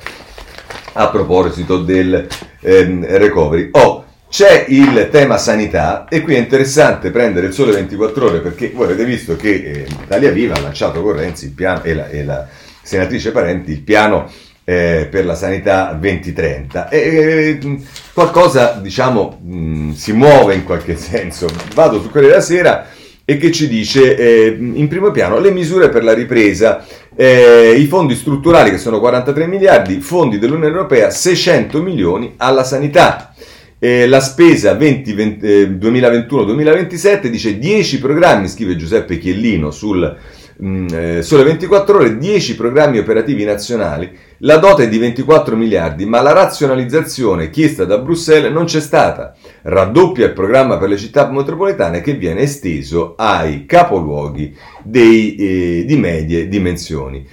a proposito del ehm, recovery. Oh, c'è il tema sanità e qui è interessante prendere il Sole ventiquattro Ore perché voi avete visto che eh, Italia Viva ha lanciato con Renzi il piano e la, e la senatrice Parenti il piano eh, per la sanità duemilatrenta e eh, qualcosa diciamo mh, si muove in qualche senso. Vado su Corriere della Sera e che ci dice eh, in primo piano le misure per la ripresa, eh, i fondi strutturali che sono quarantatré miliardi, fondi dell'Unione Europea seicento milioni alla sanità. Eh, la spesa venti, venti, eh, duemilaventuno duemilaventisette dice dieci programmi, scrive Giuseppe Chiellino sul Mm, Sole ventiquattro Ore, dieci programmi operativi nazionali, la dote è di ventiquattro miliardi, ma la razionalizzazione chiesta da Bruxelles non c'è stata. Raddoppia il programma per le città metropolitane che viene esteso ai capoluoghi dei, eh, di medie dimensioni.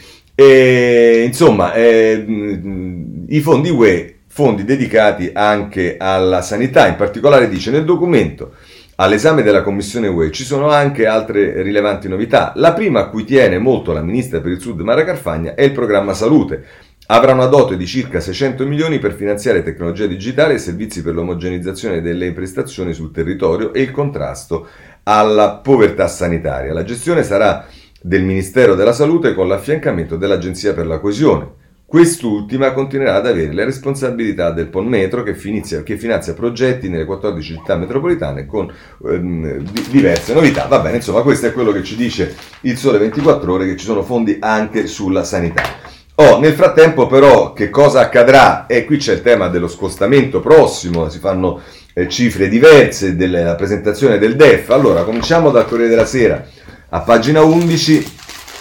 E, insomma, eh, i fondi U E, fondi dedicati anche alla sanità, in particolare dice nel documento all'esame della Commissione U E ci sono anche altre rilevanti novità. La prima, a cui tiene molto la Ministra per il Sud Mara Carfagna, è il programma Salute. Avrà una dote di circa seicento milioni per finanziare tecnologia digitale e servizi per l'omogenizzazione delle prestazioni sul territorio e il contrasto alla povertà sanitaria. La gestione sarà del Ministero della Salute con l'affiancamento dell'Agenzia per la Coesione. Quest'ultima continuerà ad avere le responsabilità del Ponmetro che, finizia, che finanzia progetti nelle quattordici città metropolitane con ehm, diverse novità. Va bene, insomma, questo è quello che ci dice il Sole ventiquattro Ore, che ci sono fondi anche sulla sanità. Oh, nel frattempo però che cosa accadrà? E qui c'è il tema dello scostamento prossimo, si fanno eh, cifre diverse della presentazione del D E F. Allora, cominciamo dal Corriere della Sera, a pagina undici.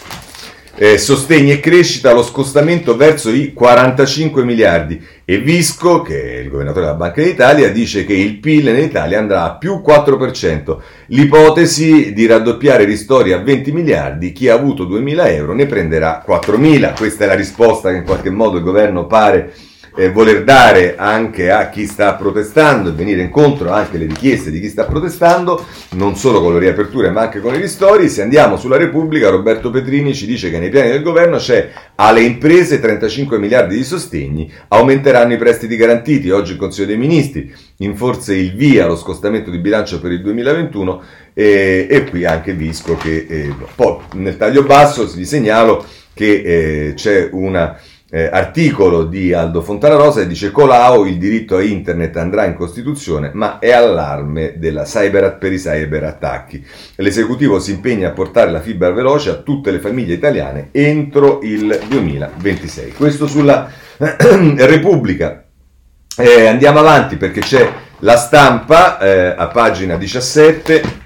Eh, sostegni e crescita, lo scostamento verso i quarantacinque miliardi e Visco, che è il governatore della Banca d'Italia, dice che il P I L in Italia andrà a più quattro per cento. L'ipotesi di raddoppiare i ristori a venti miliardi, chi ha avuto duemila euro ne prenderà quattromila. Questa è la risposta che in qualche modo il governo pare eh, voler dare anche a chi sta protestando e venire incontro anche alle richieste di chi sta protestando, non solo con le riaperture ma anche con i ristori. Se andiamo sulla Repubblica, Roberto Petrini ci dice che nei piani del governo c'è alle imprese trentacinque miliardi di sostegni, aumenteranno i prestiti garantiti, oggi il Consiglio dei Ministri, in forse il via allo scostamento di bilancio per il duemilaventuno eh, e qui anche Visco che eh, poi nel taglio basso vi segnalo che eh, c'è una eh, articolo di Aldo Fontanarosa e dice: Colau, il diritto a internet andrà in Costituzione, ma è allarme della cyber, per i cyberattacchi. L'esecutivo si impegna a portare la fibra veloce a tutte le famiglie italiane entro il duemilaventisei. Questo sulla Repubblica. Eh, andiamo avanti perché c'è La Stampa, eh, a pagina diciassette.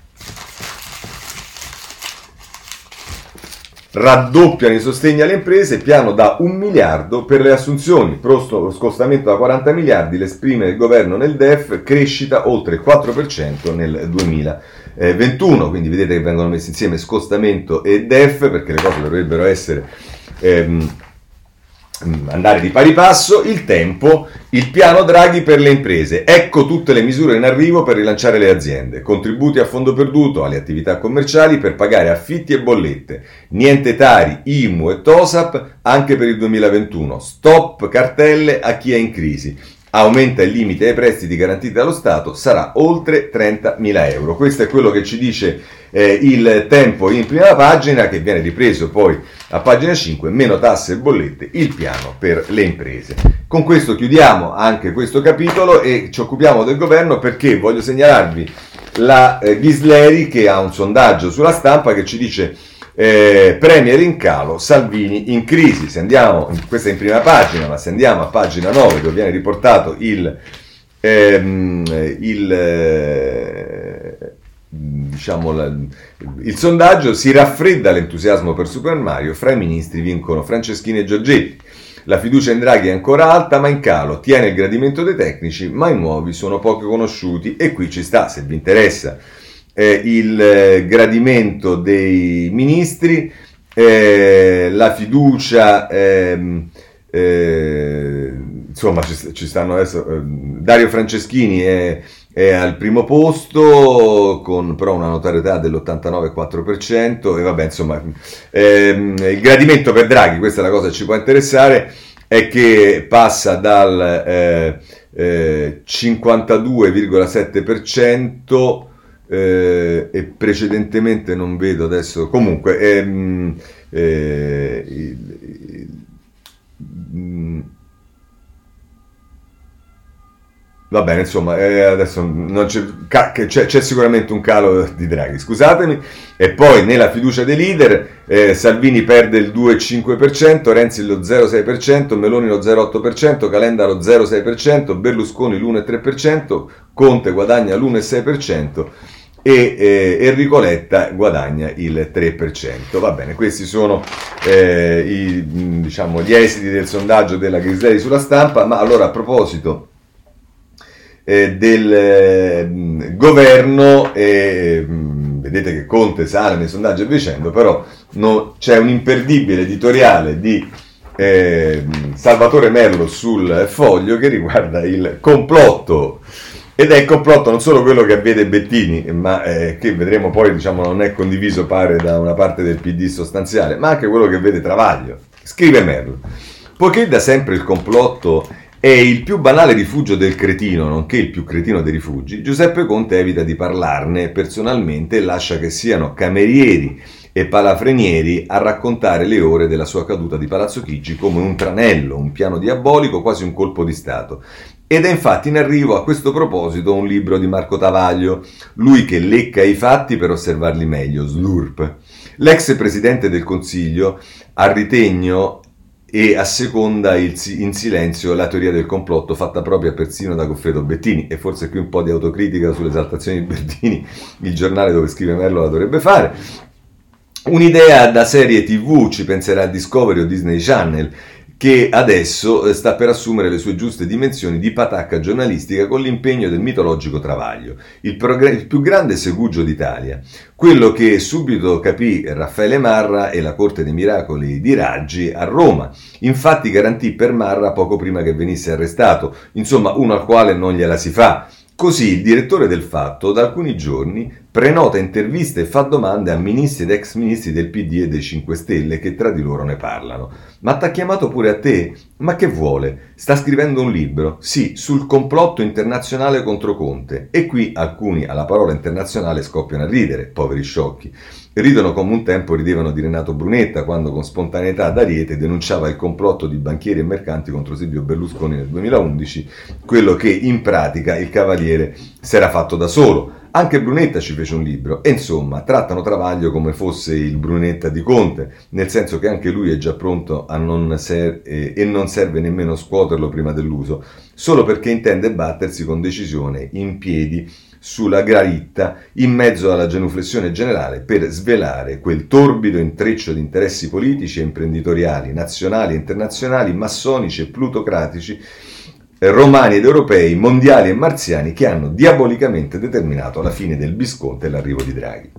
Raddoppiano i sostegni alle imprese, piano da un miliardo per le assunzioni, prosto scostamento da quaranta miliardi, l'esprime il governo nel D E F, crescita oltre il quattro per cento nel duemilaventuno, quindi vedete che vengono messi insieme scostamento e D E F perché le cose dovrebbero essere ehm, andare di pari passo. Il Tempo, il piano Draghi per le imprese, ecco tutte le misure in arrivo per rilanciare le aziende, contributi a fondo perduto alle attività commerciali per pagare affitti e bollette, niente Tari, I M U e TOSAP anche per il duemilaventuno, stop cartelle a chi è in crisi, aumenta il limite ai prestiti garantiti dallo Stato, sarà oltre trentamila euro. Questo è quello che ci dice eh, il Tempo in prima pagina, che viene ripreso poi a pagina cinque, meno tasse e bollette, il piano per le imprese. Con questo chiudiamo anche questo capitolo e ci occupiamo del governo perché voglio segnalarvi la eh, Ghisleri che ha un sondaggio sulla Stampa che ci dice eh, Premier in calo, Salvini in crisi. Se andiamo, questa è in prima pagina, ma se andiamo a pagina nove dove viene riportato il, ehm, il eh, diciamo la, il sondaggio, si raffredda l'entusiasmo per Super Mario, fra i ministri vincono Franceschini e Giorgetti, la fiducia in Draghi è ancora alta ma in calo, tiene il gradimento dei tecnici ma i nuovi sono poco conosciuti e qui ci sta, se vi interessa, eh, il eh, gradimento dei ministri, eh, la fiducia ehm, eh, insomma ci, ci stanno adesso eh, Dario Franceschini è è al primo posto con però una notorietà dell'ottantanove virgola quattro per cento e vabbè insomma ehm, il gradimento per Draghi, questa è la cosa che ci può interessare, è che passa dal eh, eh, cinquantadue virgola sette per cento eh, e precedentemente non vedo adesso comunque ehm, eh, il, il, il, va bene, insomma, eh, adesso non c'è, c'è, c'è sicuramente un calo di Draghi, scusatemi. E poi nella fiducia dei leader, eh, Salvini perde il due virgola cinque per cento, Renzi lo zero virgola sei per cento, Meloni lo zero virgola otto per cento, Calenda lo zero virgola sei per cento, Berlusconi l'uno virgola tre per cento, Conte guadagna l'uno virgola sei per cento e eh, Enrico Letta guadagna il tre per cento. Va bene, questi sono eh, i, diciamo, gli esiti del sondaggio della Ghisleri sulla Stampa, ma allora a proposito Eh, del eh, governo eh, vedete che Conte sale nei sondaggi e via dicendo, però no, c'è un imperdibile editoriale di eh, Salvatore Merlo sul Foglio che riguarda il complotto, ed è il complotto non solo quello che avvede Bettini, ma eh, che vedremo poi, diciamo, non è condiviso pare da una parte del P D sostanziale, ma anche quello che vede Travaglio. Scrive Merlo: poiché da sempre il complotto è il più banale rifugio del cretino, nonché il più cretino dei rifugi, Giuseppe Conte evita di parlarne personalmente e lascia che siano camerieri e palafrenieri a raccontare le ore della sua caduta di Palazzo Chigi come un tranello, un piano diabolico, quasi un colpo di Stato. Ed è infatti in arrivo a questo proposito un libro di Marco Travaglio, lui che lecca i fatti per osservarli meglio, Slurp. L'ex presidente del Consiglio, a ritegno e asseconda il, in silenzio la teoria del complotto fatta propria persino da Goffredo Bettini, e forse qui un po' di autocritica sulle esaltazioni di Bettini il giornale dove scrive Merlo la dovrebbe fare. Un'idea da serie tivù, ci penserà Discovery o Disney Channel, che adesso sta per assumere le sue giuste dimensioni di patacca giornalistica con l'impegno del mitologico Travaglio, il, progr- il più grande segugio d'Italia, quello che subito capì Raffaele Marra e la Corte dei Miracoli di Raggi a Roma. Infatti garantì per Marra poco prima che venisse arrestato, insomma uno al quale non gliela si fa. Così il direttore del Fatto da alcuni giorni prenota interviste e fa domande a ministri ed ex ministri del P D e dei cinque Stelle che tra di loro ne parlano. Ma t'ha chiamato pure a te? Ma che vuole? Sta scrivendo un libro? Sì, sul complotto internazionale contro Conte. E qui alcuni alla parola internazionale scoppiano a ridere, poveri sciocchi. Ridono come un tempo ridevano di Renato Brunetta quando con spontaneità ad Ariete denunciava il complotto di banchieri e mercanti contro Silvio Berlusconi nel duemilaundici, quello che in pratica il Cavaliere si era fatto da solo. Anche Brunetta ci fece un libro e insomma trattano Travaglio come fosse il Brunetta di Conte, nel senso che anche lui è già pronto a non ser- eh, e non serve nemmeno scuoterlo prima dell'uso, solo perché intende battersi con decisione in piedi sulla gravità in mezzo alla genuflessione generale per svelare quel torbido intreccio di interessi politici e imprenditoriali, nazionali e internazionali, massonici e plutocratici, romani ed europei, mondiali e marziani che hanno diabolicamente determinato la fine del Visconte e l'arrivo di Draghi.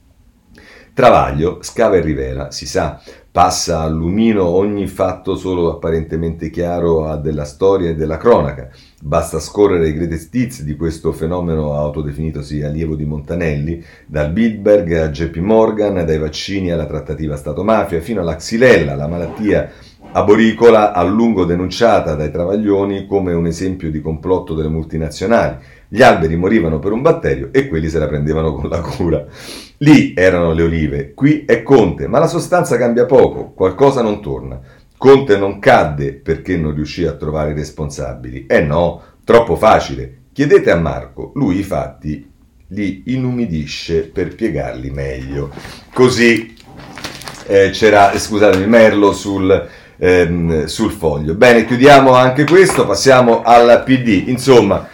Travaglio scava e rivela, si sa, passa a lumino ogni fatto solo apparentemente chiaro a della storia e della cronaca. Basta scorrere i greatest hits di questo fenomeno autodefinitosi allievo di Montanelli, dal Bilderberg a J P Morgan, dai vaccini alla trattativa Stato-mafia, fino alla Xylella, la malattia aboricola a lungo denunciata dai Travaglioni come un esempio di complotto delle multinazionali. Gli alberi morivano per un batterio e quelli se la prendevano con la cura. Lì erano le olive, qui è Conte, ma la sostanza cambia poco, qualcosa non torna. Conte non cadde perché non riuscì a trovare i responsabili. Eh no, troppo facile. Chiedete a Marco, lui i fatti li inumidisce per piegarli meglio. Così eh, c'era, scusatemi, Merlo sul... Ehm, sul foglio. Bene, chiudiamo anche questo, passiamo al P D. Insomma,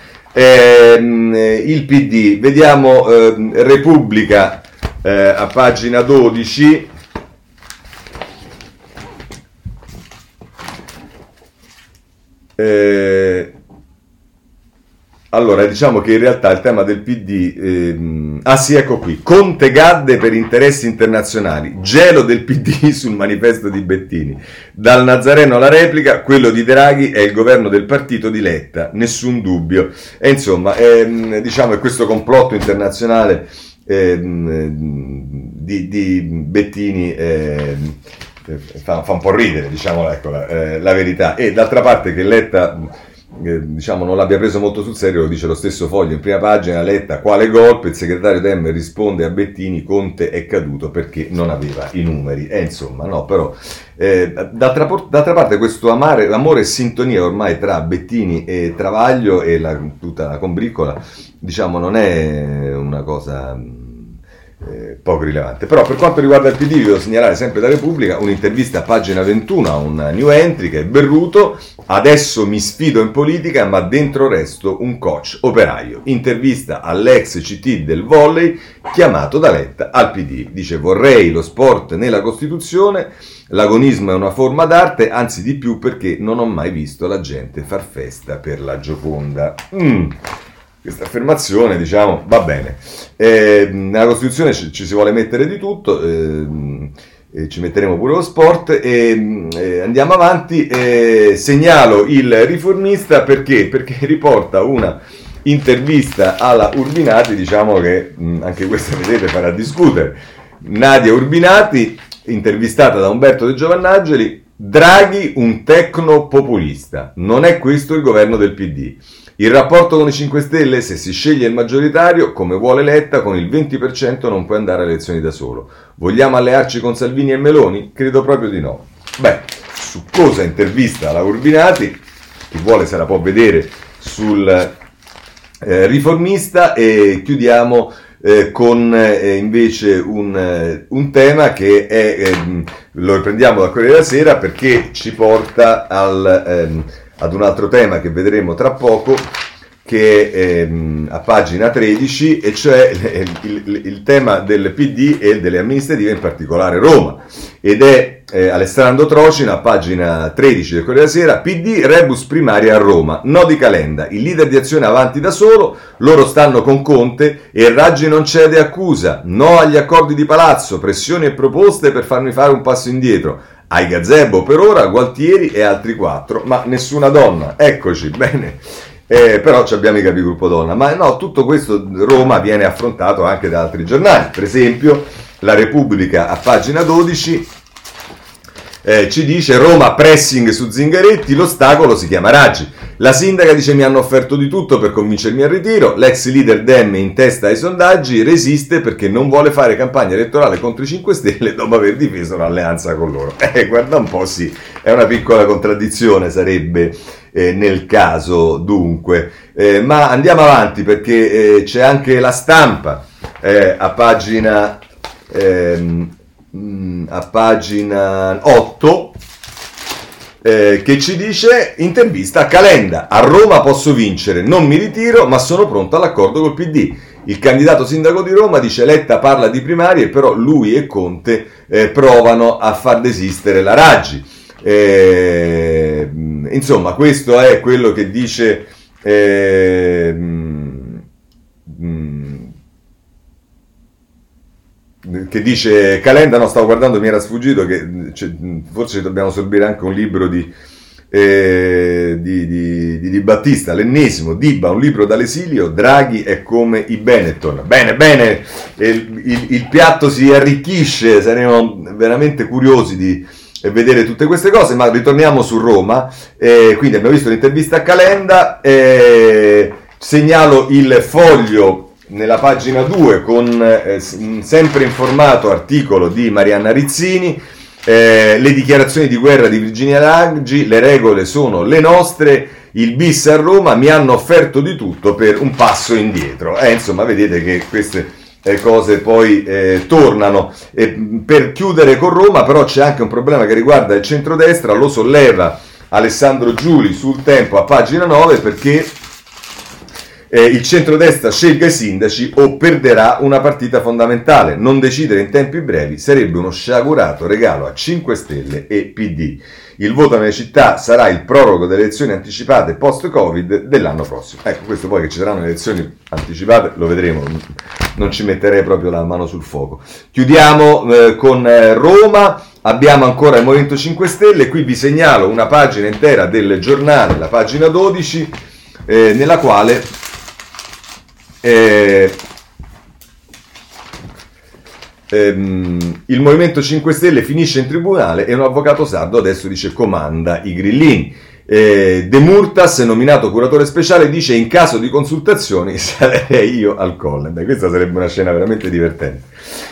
ehm, il P D, vediamo ehm, Repubblica eh, a pagina dodici. Eh, Allora, diciamo che in realtà il tema del P D... Ehm... Ah sì, ecco qui. Conte gadde per interessi internazionali. Gelo del P D sul manifesto di Bettini. Dal Nazareno alla replica, quello di Draghi è il governo del partito di Letta. Nessun dubbio. E insomma, ehm, diciamo che questo complotto internazionale ehm, di, di Bettini... Ehm, fa, fa un po' ridere, diciamo, ecco, la, eh, la verità. E d'altra parte che Letta... Eh, diciamo non l'abbia preso molto sul serio, lo dice lo stesso Foglio in prima pagina. Letta, quale golpe? Il segretario Dem risponde a Bettini, Conte è caduto perché non aveva i numeri. E eh, insomma no, però eh, d'altra, d'altra parte questo amare, amore e sintonia ormai tra Bettini e Travaglio e la, tutta la combriccola, diciamo, non è una cosa Eh, poco rilevante. Però per quanto riguarda il P D vi devo segnalare sempre da Repubblica un'intervista a pagina ventuno a un new entry che è Berruto. Adesso mi sfido in politica ma dentro resto un coach operaio. Intervista all'ex C T del volley chiamato da Letta al P D. Dice: vorrei lo sport nella Costituzione, l'agonismo è una forma d'arte, anzi di più perché non ho mai visto la gente far festa per la Gioconda. Mm. Questa affermazione, diciamo, va bene. Eh, nella Costituzione ci, ci si vuole mettere di tutto, eh, e ci metteremo pure lo sport. E, eh, andiamo avanti. Eh, segnalo il Riformista perché? Perché riporta una intervista alla Urbinati, diciamo che mh, anche questa, vedete, farà discutere. Nadia Urbinati, intervistata da Umberto De Giovannangeli. Draghi un tecnopopulista, non è questo il governo del P D. Il rapporto con i cinque Stelle, se si sceglie il maggioritario, come vuole Letta, con il venti per cento non puoi andare alle elezioni da solo. Vogliamo allearci con Salvini e Meloni? Credo proprio di no. Beh, su cosa intervista la Urbinati, chi vuole se la può vedere sul eh, Riformista. E chiudiamo eh, con eh, invece un, eh, un tema che è, eh, lo riprendiamo da Corriere della Sera perché ci porta al... Ehm, ad un altro tema che vedremo tra poco, che è ehm, a pagina tredici, e cioè il, il, il tema del P D e delle amministrative, in particolare Roma. Ed è eh, Alessandro Trocina, a pagina tredici del Corriere della Sera. P D rebus primaria a Roma, no di Calenda, il leader di Azione avanti da solo, loro stanno con Conte e Raggi non cede accusa, no agli accordi di palazzo, pressioni e proposte per farmi fare un passo indietro. Ai gazebo per ora, Gualtieri e altri quattro, ma nessuna donna. Eccoci, bene. Eh, però ci abbiamo i capigruppo donna. Ma no, tutto questo Roma viene affrontato anche da altri giornali. Per esempio, La Repubblica a pagina dodici eh, ci dice: Roma pressing su Zingaretti, l'ostacolo si chiama Raggi. La sindaca dice: mi hanno offerto di tutto per convincermi al ritiro. L'ex leader Dem in testa ai sondaggi resiste perché non vuole fare campagna elettorale contro i cinque Stelle dopo aver difeso l'alleanza con loro. Eh, guarda un po', sì, è una piccola contraddizione, sarebbe eh, nel caso, dunque. Eh, ma andiamo avanti, perché eh, c'è anche La Stampa eh, a pagina ehm, a pagina otto eh, che ci dice: intervista a Calenda, a Roma posso vincere, non mi ritiro ma sono pronto all'accordo col P D. Il candidato sindaco di Roma dice: Letta parla di primarie, però lui e Conte eh, provano a far desistere la Raggi. Eh, insomma, questo è quello che dice eh, mh, che dice Calenda. No, stavo guardando, mi era sfuggito che cioè, forse dobbiamo sorbire anche un libro di, eh, di, di, di, di Battista, l'ennesimo, Dibba, un libro dall'esilio, Draghi è come i Benetton. Bene, bene, il, il, il piatto si arricchisce, saremo veramente curiosi di vedere tutte queste cose, ma ritorniamo su Roma. Eh, quindi abbiamo visto l'intervista a Calenda, eh, segnalo il Foglio nella pagina due con eh, sempre informato articolo di Marianna Rizzini, eh, le dichiarazioni di guerra di Virginia Raggi, le regole sono le nostre, il bis a Roma, mi hanno offerto di tutto per un passo indietro. Eh, insomma, vedete che queste eh, cose poi eh, tornano. E per chiudere con Roma, però, c'è anche un problema che riguarda il centrodestra, lo solleva Alessandro Giuli sul Tempo a pagina nove, perché Eh, il centrodestra scelga i sindaci o perderà una partita fondamentale. Non decidere in tempi brevi sarebbe uno sciagurato regalo a cinque Stelle e P D. Il voto nelle città sarà il prorogo delle elezioni anticipate post-Covid dell'anno prossimo. Ecco, questo poi che ci saranno elezioni anticipate lo vedremo, non ci metterei proprio la mano sul fuoco. Chiudiamo eh, con eh, Roma. Abbiamo ancora il Movimento cinque Stelle, qui vi segnalo una pagina intera del giornale, la pagina dodici, eh, nella quale Eh, ehm, il Movimento cinque Stelle finisce in tribunale e un avvocato sardo adesso dice comanda i grillini. eh, De Murtas, nominato curatore speciale, dice: in caso di consultazioni sarei io al colle. Beh, questa sarebbe una scena veramente divertente.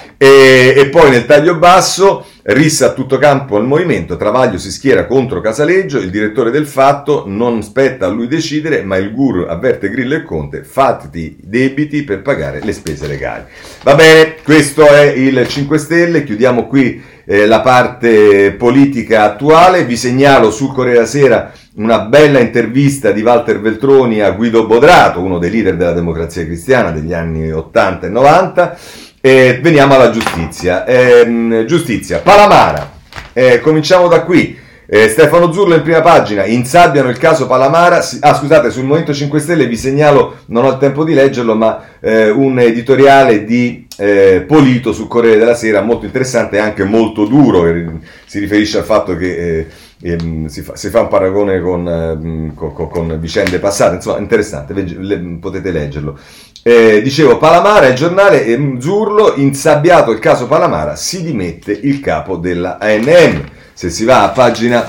E, e poi nel taglio basso, rissa a tutto campo al movimento, Travaglio si schiera contro Casaleggio, il direttore del Fatto, non spetta a lui decidere, ma il guru avverte Grillo e Conte, fatti debiti per pagare le spese legali. Va bene, questo è il cinque Stelle, chiudiamo qui eh, la parte politica attuale. Vi segnalo sul Corriere della Sera una bella intervista di Walter Veltroni a Guido Bodrato, uno dei leader della Democrazia Cristiana degli anni ottanta e novanta. E veniamo alla giustizia. Eh, giustizia, Palamara. Eh, cominciamo da qui. Eh, Stefano Zurlo in prima pagina, insabbiano il caso Palamara. Ah, scusate, sul Movimento cinque Stelle vi segnalo, non ho il tempo di leggerlo, ma eh, un editoriale di eh, Polito sul Corriere della Sera, molto interessante e anche molto duro. Eh, si riferisce al fatto che eh, eh, si, fa, si fa un paragone con, eh, con, con vicende passate, insomma, interessante, legge, le, potete leggerlo. Eh, dicevo, Palamara, il giornale, eh, Zurlo, insabbiato il caso Palamara, si dimette il capo della A N M. Se si va a pagina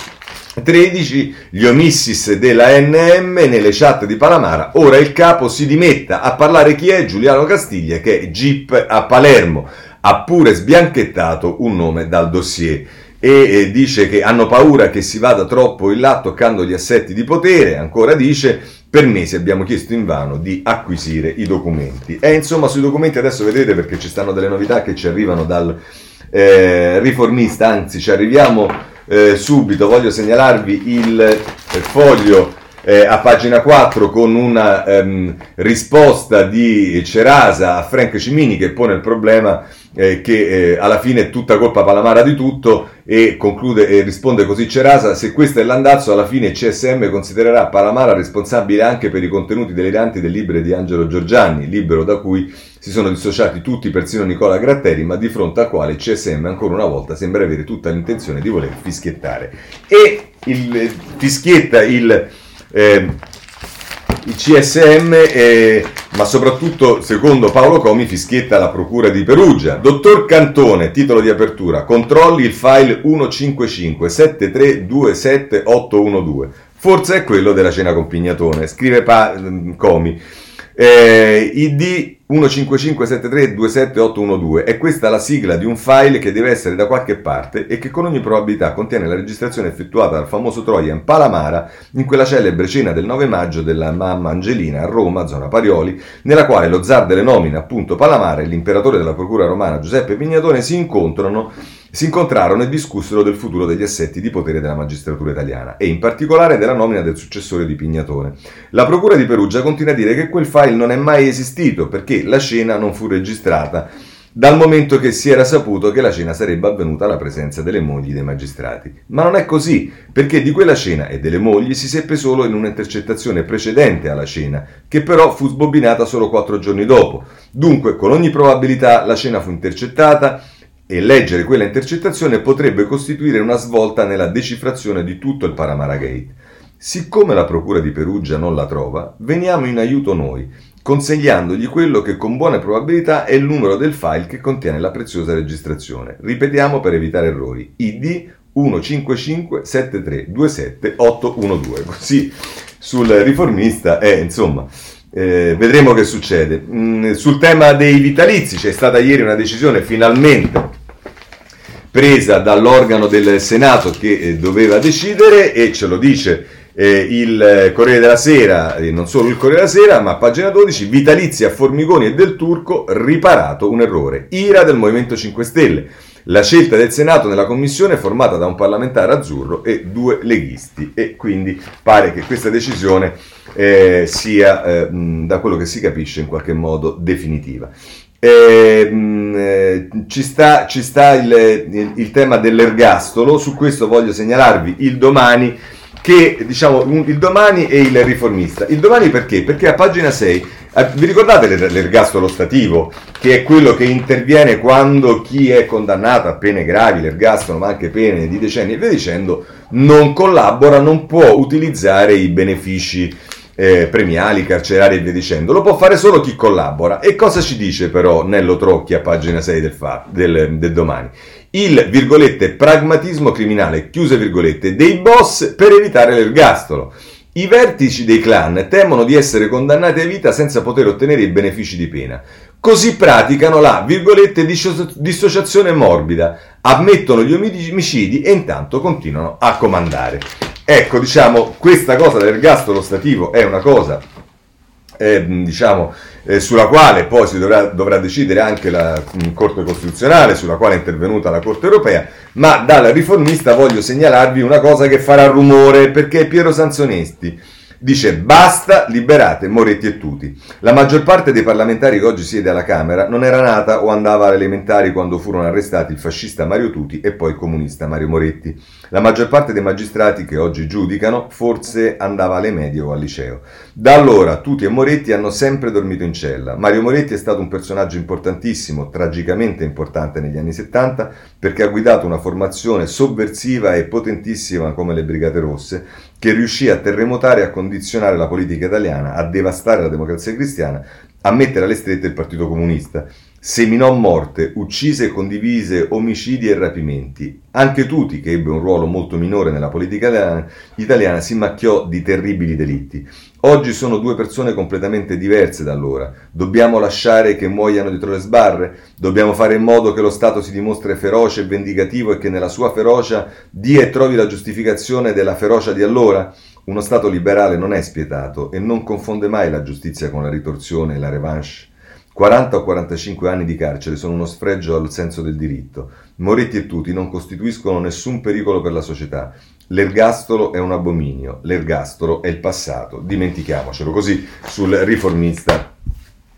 tredici, gli omissis della A N M nelle chat di Palamara, ora il capo si dimetta. A parlare chi è? Giuliano Castiglia, che è G I P a Palermo, ha pure sbianchettato un nome dal dossier. E eh, dice che hanno paura che si vada troppo in là toccando gli assetti di potere. Ancora dice: per mesi abbiamo chiesto invano di acquisire i documenti. E insomma, sui documenti adesso vedete, perché ci stanno delle novità che ci arrivano dal eh, Riformista, anzi ci arriviamo eh, subito. Voglio segnalarvi il eh, foglio eh, a pagina quattro con una ehm, risposta di Cerasa a Frank Cimini, che pone il problema Eh, che eh, alla fine è tutta colpa Palamara di tutto, e conclude e risponde così Cerasa: se questo è l'andazzo, alla fine il C S M considererà Palamara responsabile anche per i contenuti deliranti del libro di Angelo Giorgianni, libro da cui si sono dissociati tutti, persino Nicola Gratteri, ma di fronte al quale il C S M ancora una volta sembra avere tutta l'intenzione di voler fischiettare. E il, fischietta il eh, i C S M, eh, ma soprattutto, secondo Paolo Comi, fischietta la procura di Perugia. Dottor Cantone, titolo di apertura, controlli il file uno cinque cinque sette tre due sette otto uno due. Forse è quello della cena con Pignatone, scrive pa- Comi. Eh, I D uno cinque cinque sette tre due sette otto uno due è questa la sigla di un file che deve essere da qualche parte e che con ogni probabilità contiene la registrazione effettuata dal famoso Trojan Palamara in quella celebre cena del nove maggio della mamma Angelina a Roma, zona Parioli, nella quale lo zar delle nomine, appunto Palamara, e l'imperatore della procura romana Giuseppe Pignatone si incontrano Si incontrarono e discussero del futuro degli assetti di potere della magistratura italiana e in particolare della nomina del successore di Pignatone. La procura di Perugia continua a dire che quel file non è mai esistito perché la cena non fu registrata dal momento che si era saputo che la cena sarebbe avvenuta alla presenza delle mogli dei magistrati. Ma non è così, perché di quella cena e delle mogli si seppe solo in un'intercettazione precedente alla cena, che però fu sbobinata solo quattro giorni dopo. Dunque, con ogni probabilità, la cena fu intercettata e leggere quella intercettazione potrebbe costituire una svolta nella decifrazione di tutto il Palamara Gate. Siccome la procura di Perugia non la trova, veniamo in aiuto noi, consegnandogli quello che con buone probabilità è il numero del file che contiene la preziosa registrazione. Ripetiamo per evitare errori: I D uno cinque cinque sette tre due sette otto uno due. Così sul riformista è, insomma, eh, vedremo che succede. Mm, sul tema dei vitalizi c'è stata ieri una decisione finalmente presa dall'organo del Senato che eh, doveva decidere, e ce lo dice Eh, il Corriere della Sera, e non solo il Corriere della Sera, ma a pagina dodici: vitalizi a Formigoni e Del Turco, riparato un errore. Ira del Movimento cinque Stelle. La scelta del Senato nella commissione formata da un parlamentare azzurro e due leghisti, e quindi pare che questa decisione eh, sia, eh, da quello che si capisce, in qualche modo definitiva. Eh, mh, ci sta, ci sta il, il, il tema dell'ergastolo. Su questo voglio segnalarvi il Domani, che diciamo il Domani e il Riformista. Il Domani perché? Perché a pagina sei, vi ricordate l'ergastolo stativo, che è quello che interviene quando chi è condannato a pene gravi, l'ergastolo, ma anche pene di decenni e via dicendo, non collabora, non può utilizzare i benefici eh, premiali, carcerari e via dicendo, lo può fare solo chi collabora. E cosa ci dice però Nello Trocchi a pagina sei del, fa, del, del Domani? Il, virgolette, pragmatismo criminale, chiuse virgolette, dei boss per evitare l'ergastolo. I vertici dei clan temono di essere condannati a vita senza poter ottenere i benefici di pena. Così praticano la, virgolette, dissociazione morbida, ammettono gli omicidi e intanto continuano a comandare. Ecco, diciamo, questa cosa dell'ergastolo stativo è una cosa, eh, diciamo, Eh, sulla quale poi si dovrà, dovrà decidere anche la mh, Corte Costituzionale, sulla quale è intervenuta la Corte Europea, ma dal Riformista voglio segnalarvi una cosa che farà rumore, perché Piero Sansonetti dice: basta, liberate Moretti e Tuti. La maggior parte dei parlamentari che oggi siede alla Camera non era nata o andava alle elementari quando furono arrestati il fascista Mario Tuti e poi il comunista Mario Moretti. La maggior parte dei magistrati che oggi giudicano forse andava alle medie o al liceo. Da allora Tuti e Moretti hanno sempre dormito in cella. Mario Moretti è stato un personaggio importantissimo, tragicamente importante negli anni settanta, perché ha guidato una formazione sovversiva e potentissima come le Brigate Rosse, che riuscì a terremotare e a condizionare la politica italiana, a devastare la Democrazia Cristiana, a mettere alle strette il Partito Comunista. Seminò morte, uccise e condivise omicidi e rapimenti. Anche Tuti, che ebbe un ruolo molto minore nella politica italiana, si macchiò di terribili delitti. Oggi sono due persone completamente diverse da allora. Dobbiamo lasciare che muoiano dietro le sbarre? Dobbiamo fare in modo che lo Stato si dimostri feroce e vendicativo e che nella sua ferocia dia e trovi la giustificazione della ferocia di allora? Uno Stato liberale non è spietato e non confonde mai la giustizia con la ritorsione e la revanche. quaranta o quarantacinque anni di carcere sono uno sfregio al senso del diritto. Moretti e Tuti non costituiscono nessun pericolo per la società. L'ergastolo è un abominio, l'ergastolo è il passato, dimentichiamocelo. Così sul Riformista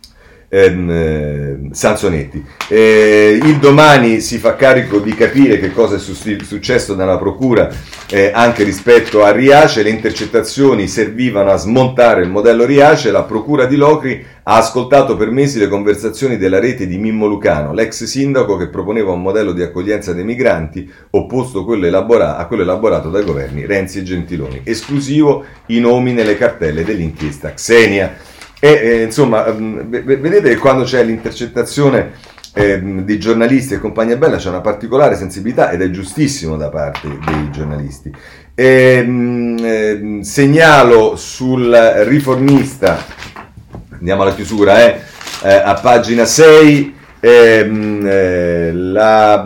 ehm, Sansonetti. Eh, il Domani si fa carico di capire che cosa è su- successo dalla procura eh, anche rispetto a Riace. Le intercettazioni servivano a smontare il modello Riace. La procura di Locri ha ascoltato per mesi le conversazioni della rete di Mimmo Lucano, l'ex sindaco che proponeva un modello di accoglienza dei migranti opposto a quello, elabora- a quello elaborato dai governi Renzi e Gentiloni. Esclusivo i nomi nelle cartelle dell'inchiesta Xenia. E eh, insomma, v- vedete che quando c'è l'intercettazione eh, di giornalisti e compagnia bella c'è una particolare sensibilità ed è giustissimo da parte dei giornalisti. E, mh, eh, segnalo sul Riformista, andiamo alla chiusura, eh, eh, a pagina sei, ehm, eh, la,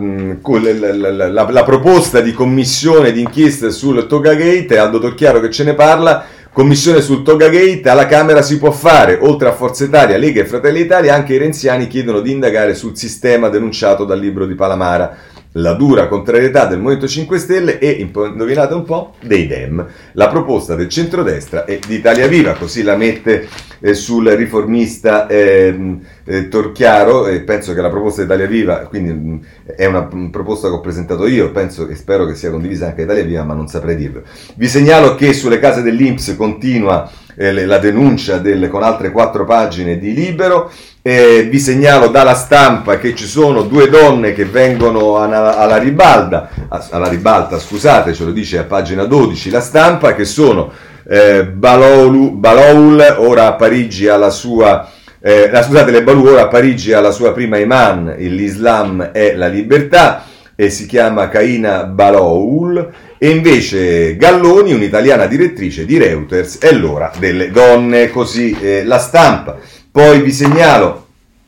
la, la, la, la proposta di commissione d'inchiesta sul Togagate, Aldo Torchiaro che ce ne parla. Commissione sul Togagate, alla Camera si può fare, oltre a Forza Italia, Lega e Fratelli d'Italia, anche i renziani chiedono di indagare sul sistema denunciato dal libro di Palamara. La dura contrarietà del Movimento cinque Stelle e, indovinate un po', dei Dem. La proposta del centrodestra e di Italia Viva, così la mette eh, sul Riformista eh, eh, Torchiaro, e penso che la proposta di Italia Viva, quindi mh, è una mh, proposta che ho presentato io, penso e spero che sia condivisa anche da Italia Viva, ma non saprei dirlo. Vi segnalo che sulle case dell'I N P S continua eh, la denuncia del, con altre quattro pagine di Libero. Eh, vi segnalo dalla Stampa che ci sono due donne che vengono alla, alla ribalta, alla ribalta, scusate, ce lo dice a pagina dodici la Stampa, che sono eh, Baloul, Baloul, ora a Parigi alla sua, eh, scusate, le Balou, ora a Parigi alla sua prima imam, l'Islam è la libertà, e si chiama Kaina Baloul, e invece Galloni, un'italiana direttrice di Reuters, è l'ora delle donne, così eh, la Stampa. Poi vi segnalo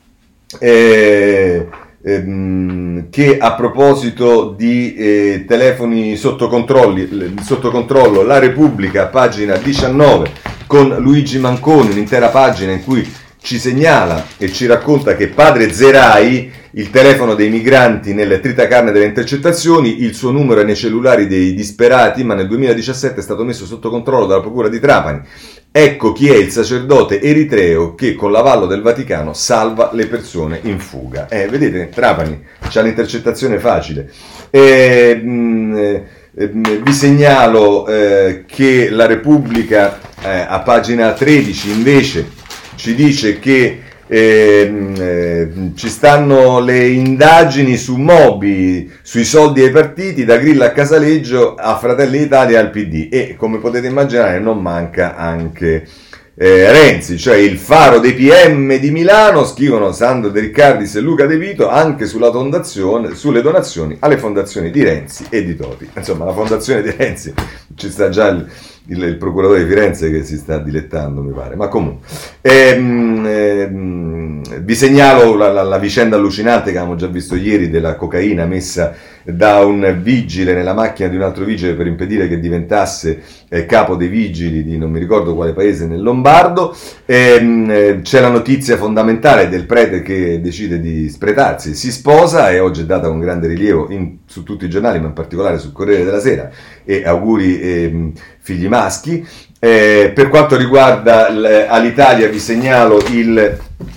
eh, ehm, che a proposito di eh, telefoni sotto, controlli, sotto controllo, La Repubblica, pagina diciannove, con Luigi Manconi, un'intera pagina in cui ci segnala e ci racconta che padre Zerai, il telefono dei migranti nel tritacarne delle intercettazioni, il suo numero è nei cellulari dei disperati, ma nel duemiladiciassette è stato messo sotto controllo dalla procura di Trapani. Ecco chi è il sacerdote eritreo che con l'avallo del Vaticano salva le persone in fuga. Eh, vedete, Trapani c'ha l'intercettazione facile. Eh, mh, eh, vi segnalo eh, che La Repubblica eh, a pagina tredici invece ci dice che Eh, eh, ci stanno le indagini su Moby, sui soldi ai partiti, da Grillo a Casaleggio a Fratelli d'Italia al P D, e come potete immaginare non manca anche eh, Renzi, cioè il faro dei P M di Milano, scrivono Sandro De Riccardis e Luca De Vito, anche sulla fondazione, sulle donazioni alle fondazioni di Renzi e di Toti. Insomma, la fondazione di Renzi, ci sta già il Il, il procuratore di Firenze che si sta dilettando, mi pare, ma comunque ehm, ehm, vi segnalo la, la, la vicenda allucinante che avevamo già visto ieri della cocaina messa da un vigile nella macchina di un altro vigile per impedire che diventasse eh, capo dei vigili di non mi ricordo quale paese nel Lombardo. Ehm, eh, c'è la notizia fondamentale del prete che decide di spretarsi, si sposa, e oggi è data con grande rilievo in, su tutti i giornali, ma in particolare sul Corriere della Sera, e auguri ehm, figli maschi. Eh, per quanto riguarda l- all'Italia vi segnalo il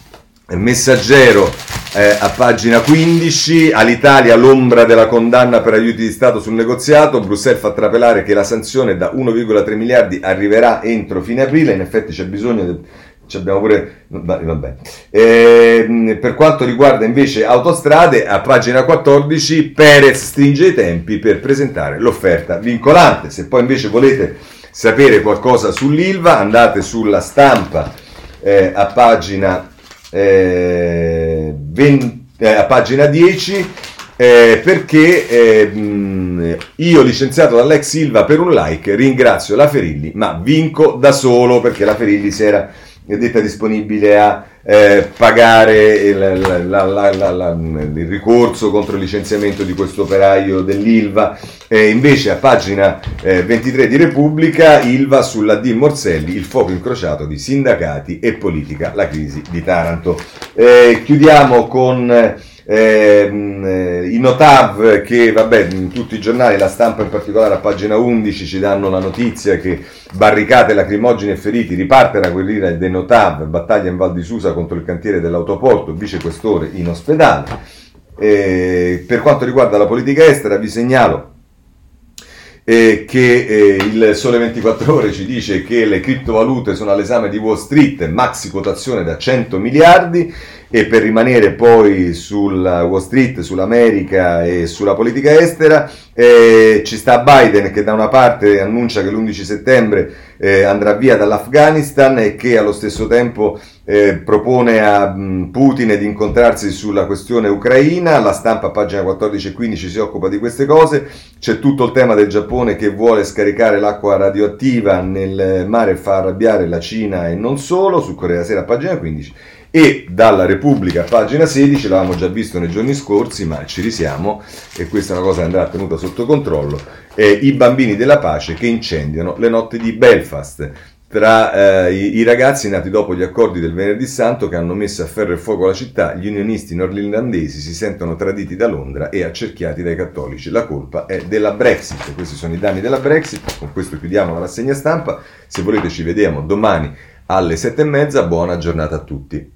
Messaggero eh, a pagina quindici, all'Italia l'ombra della condanna per aiuti di Stato sul negoziato, Bruxelles fa trapelare che la sanzione da uno virgola tre miliardi arriverà entro fine aprile, in effetti c'è bisogno di... Ci abbiamo pure, vabbè. Eh, per quanto riguarda invece autostrade, a pagina quattordici Perez stringe i tempi per presentare l'offerta vincolante. Se poi invece volete sapere qualcosa sull'Ilva, andate sulla Stampa eh, a pagina eh, venti, eh, a pagina dieci, eh, perché eh, mh, io, licenziato dall'ex Ilva per un like, ringrazio la Ferilli, ma vinco da solo, perché la Ferilli si era detta disponibile a eh, pagare il, la, la, la, la, il ricorso contro il licenziamento di questo operaio dell'Ilva. Eh, invece a pagina eh, ventitré di Repubblica, Ilva sulla D Morselli, il fuoco incrociato di sindacati e politica, la crisi di Taranto. Eh, chiudiamo con Eh, I Notav che, vabbè, in tutti i giornali, La Stampa in particolare a pagina undici ci danno la notizia che barricate, lacrimogeni e feriti, riparte la guerriglia dei Notav, battaglia in Val di Susa contro il cantiere dell'autoporto, vicequestore in ospedale. Eh, per quanto riguarda la politica estera vi segnalo eh, che eh, il Sole ventiquattro Ore ci dice che le criptovalute sono all'esame di Wall Street, maxi quotazione da cento miliardi. E per rimanere poi sulla Wall Street, sull'America e sulla politica estera, eh, ci sta Biden che da una parte annuncia che l'undici settembre eh, andrà via dall'Afghanistan e che allo stesso tempo eh, propone a mh, Putin di incontrarsi sulla questione ucraina. La Stampa a pagina quattordici e quindici si occupa di queste cose. C'è tutto il tema del Giappone che vuole scaricare l'acqua radioattiva nel mare e fa arrabbiare la Cina e non solo, su Corriere della Sera a pagina quindici. E dalla Repubblica, pagina sedici, l'avevamo già visto nei giorni scorsi, ma ci risiamo, e questa è una cosa che andrà tenuta sotto controllo, eh, i bambini della pace che incendiano le notti di Belfast. Tra eh, i, i ragazzi nati dopo gli accordi del Venerdì Santo che hanno messo a ferro e fuoco la città, gli unionisti nordirlandesi si sentono traditi da Londra e accerchiati dai cattolici. La colpa è della Brexit. Questi sono i danni della Brexit. Con questo chiudiamo la rassegna stampa. Se volete ci vediamo domani alle sette e mezza. Buona giornata a tutti.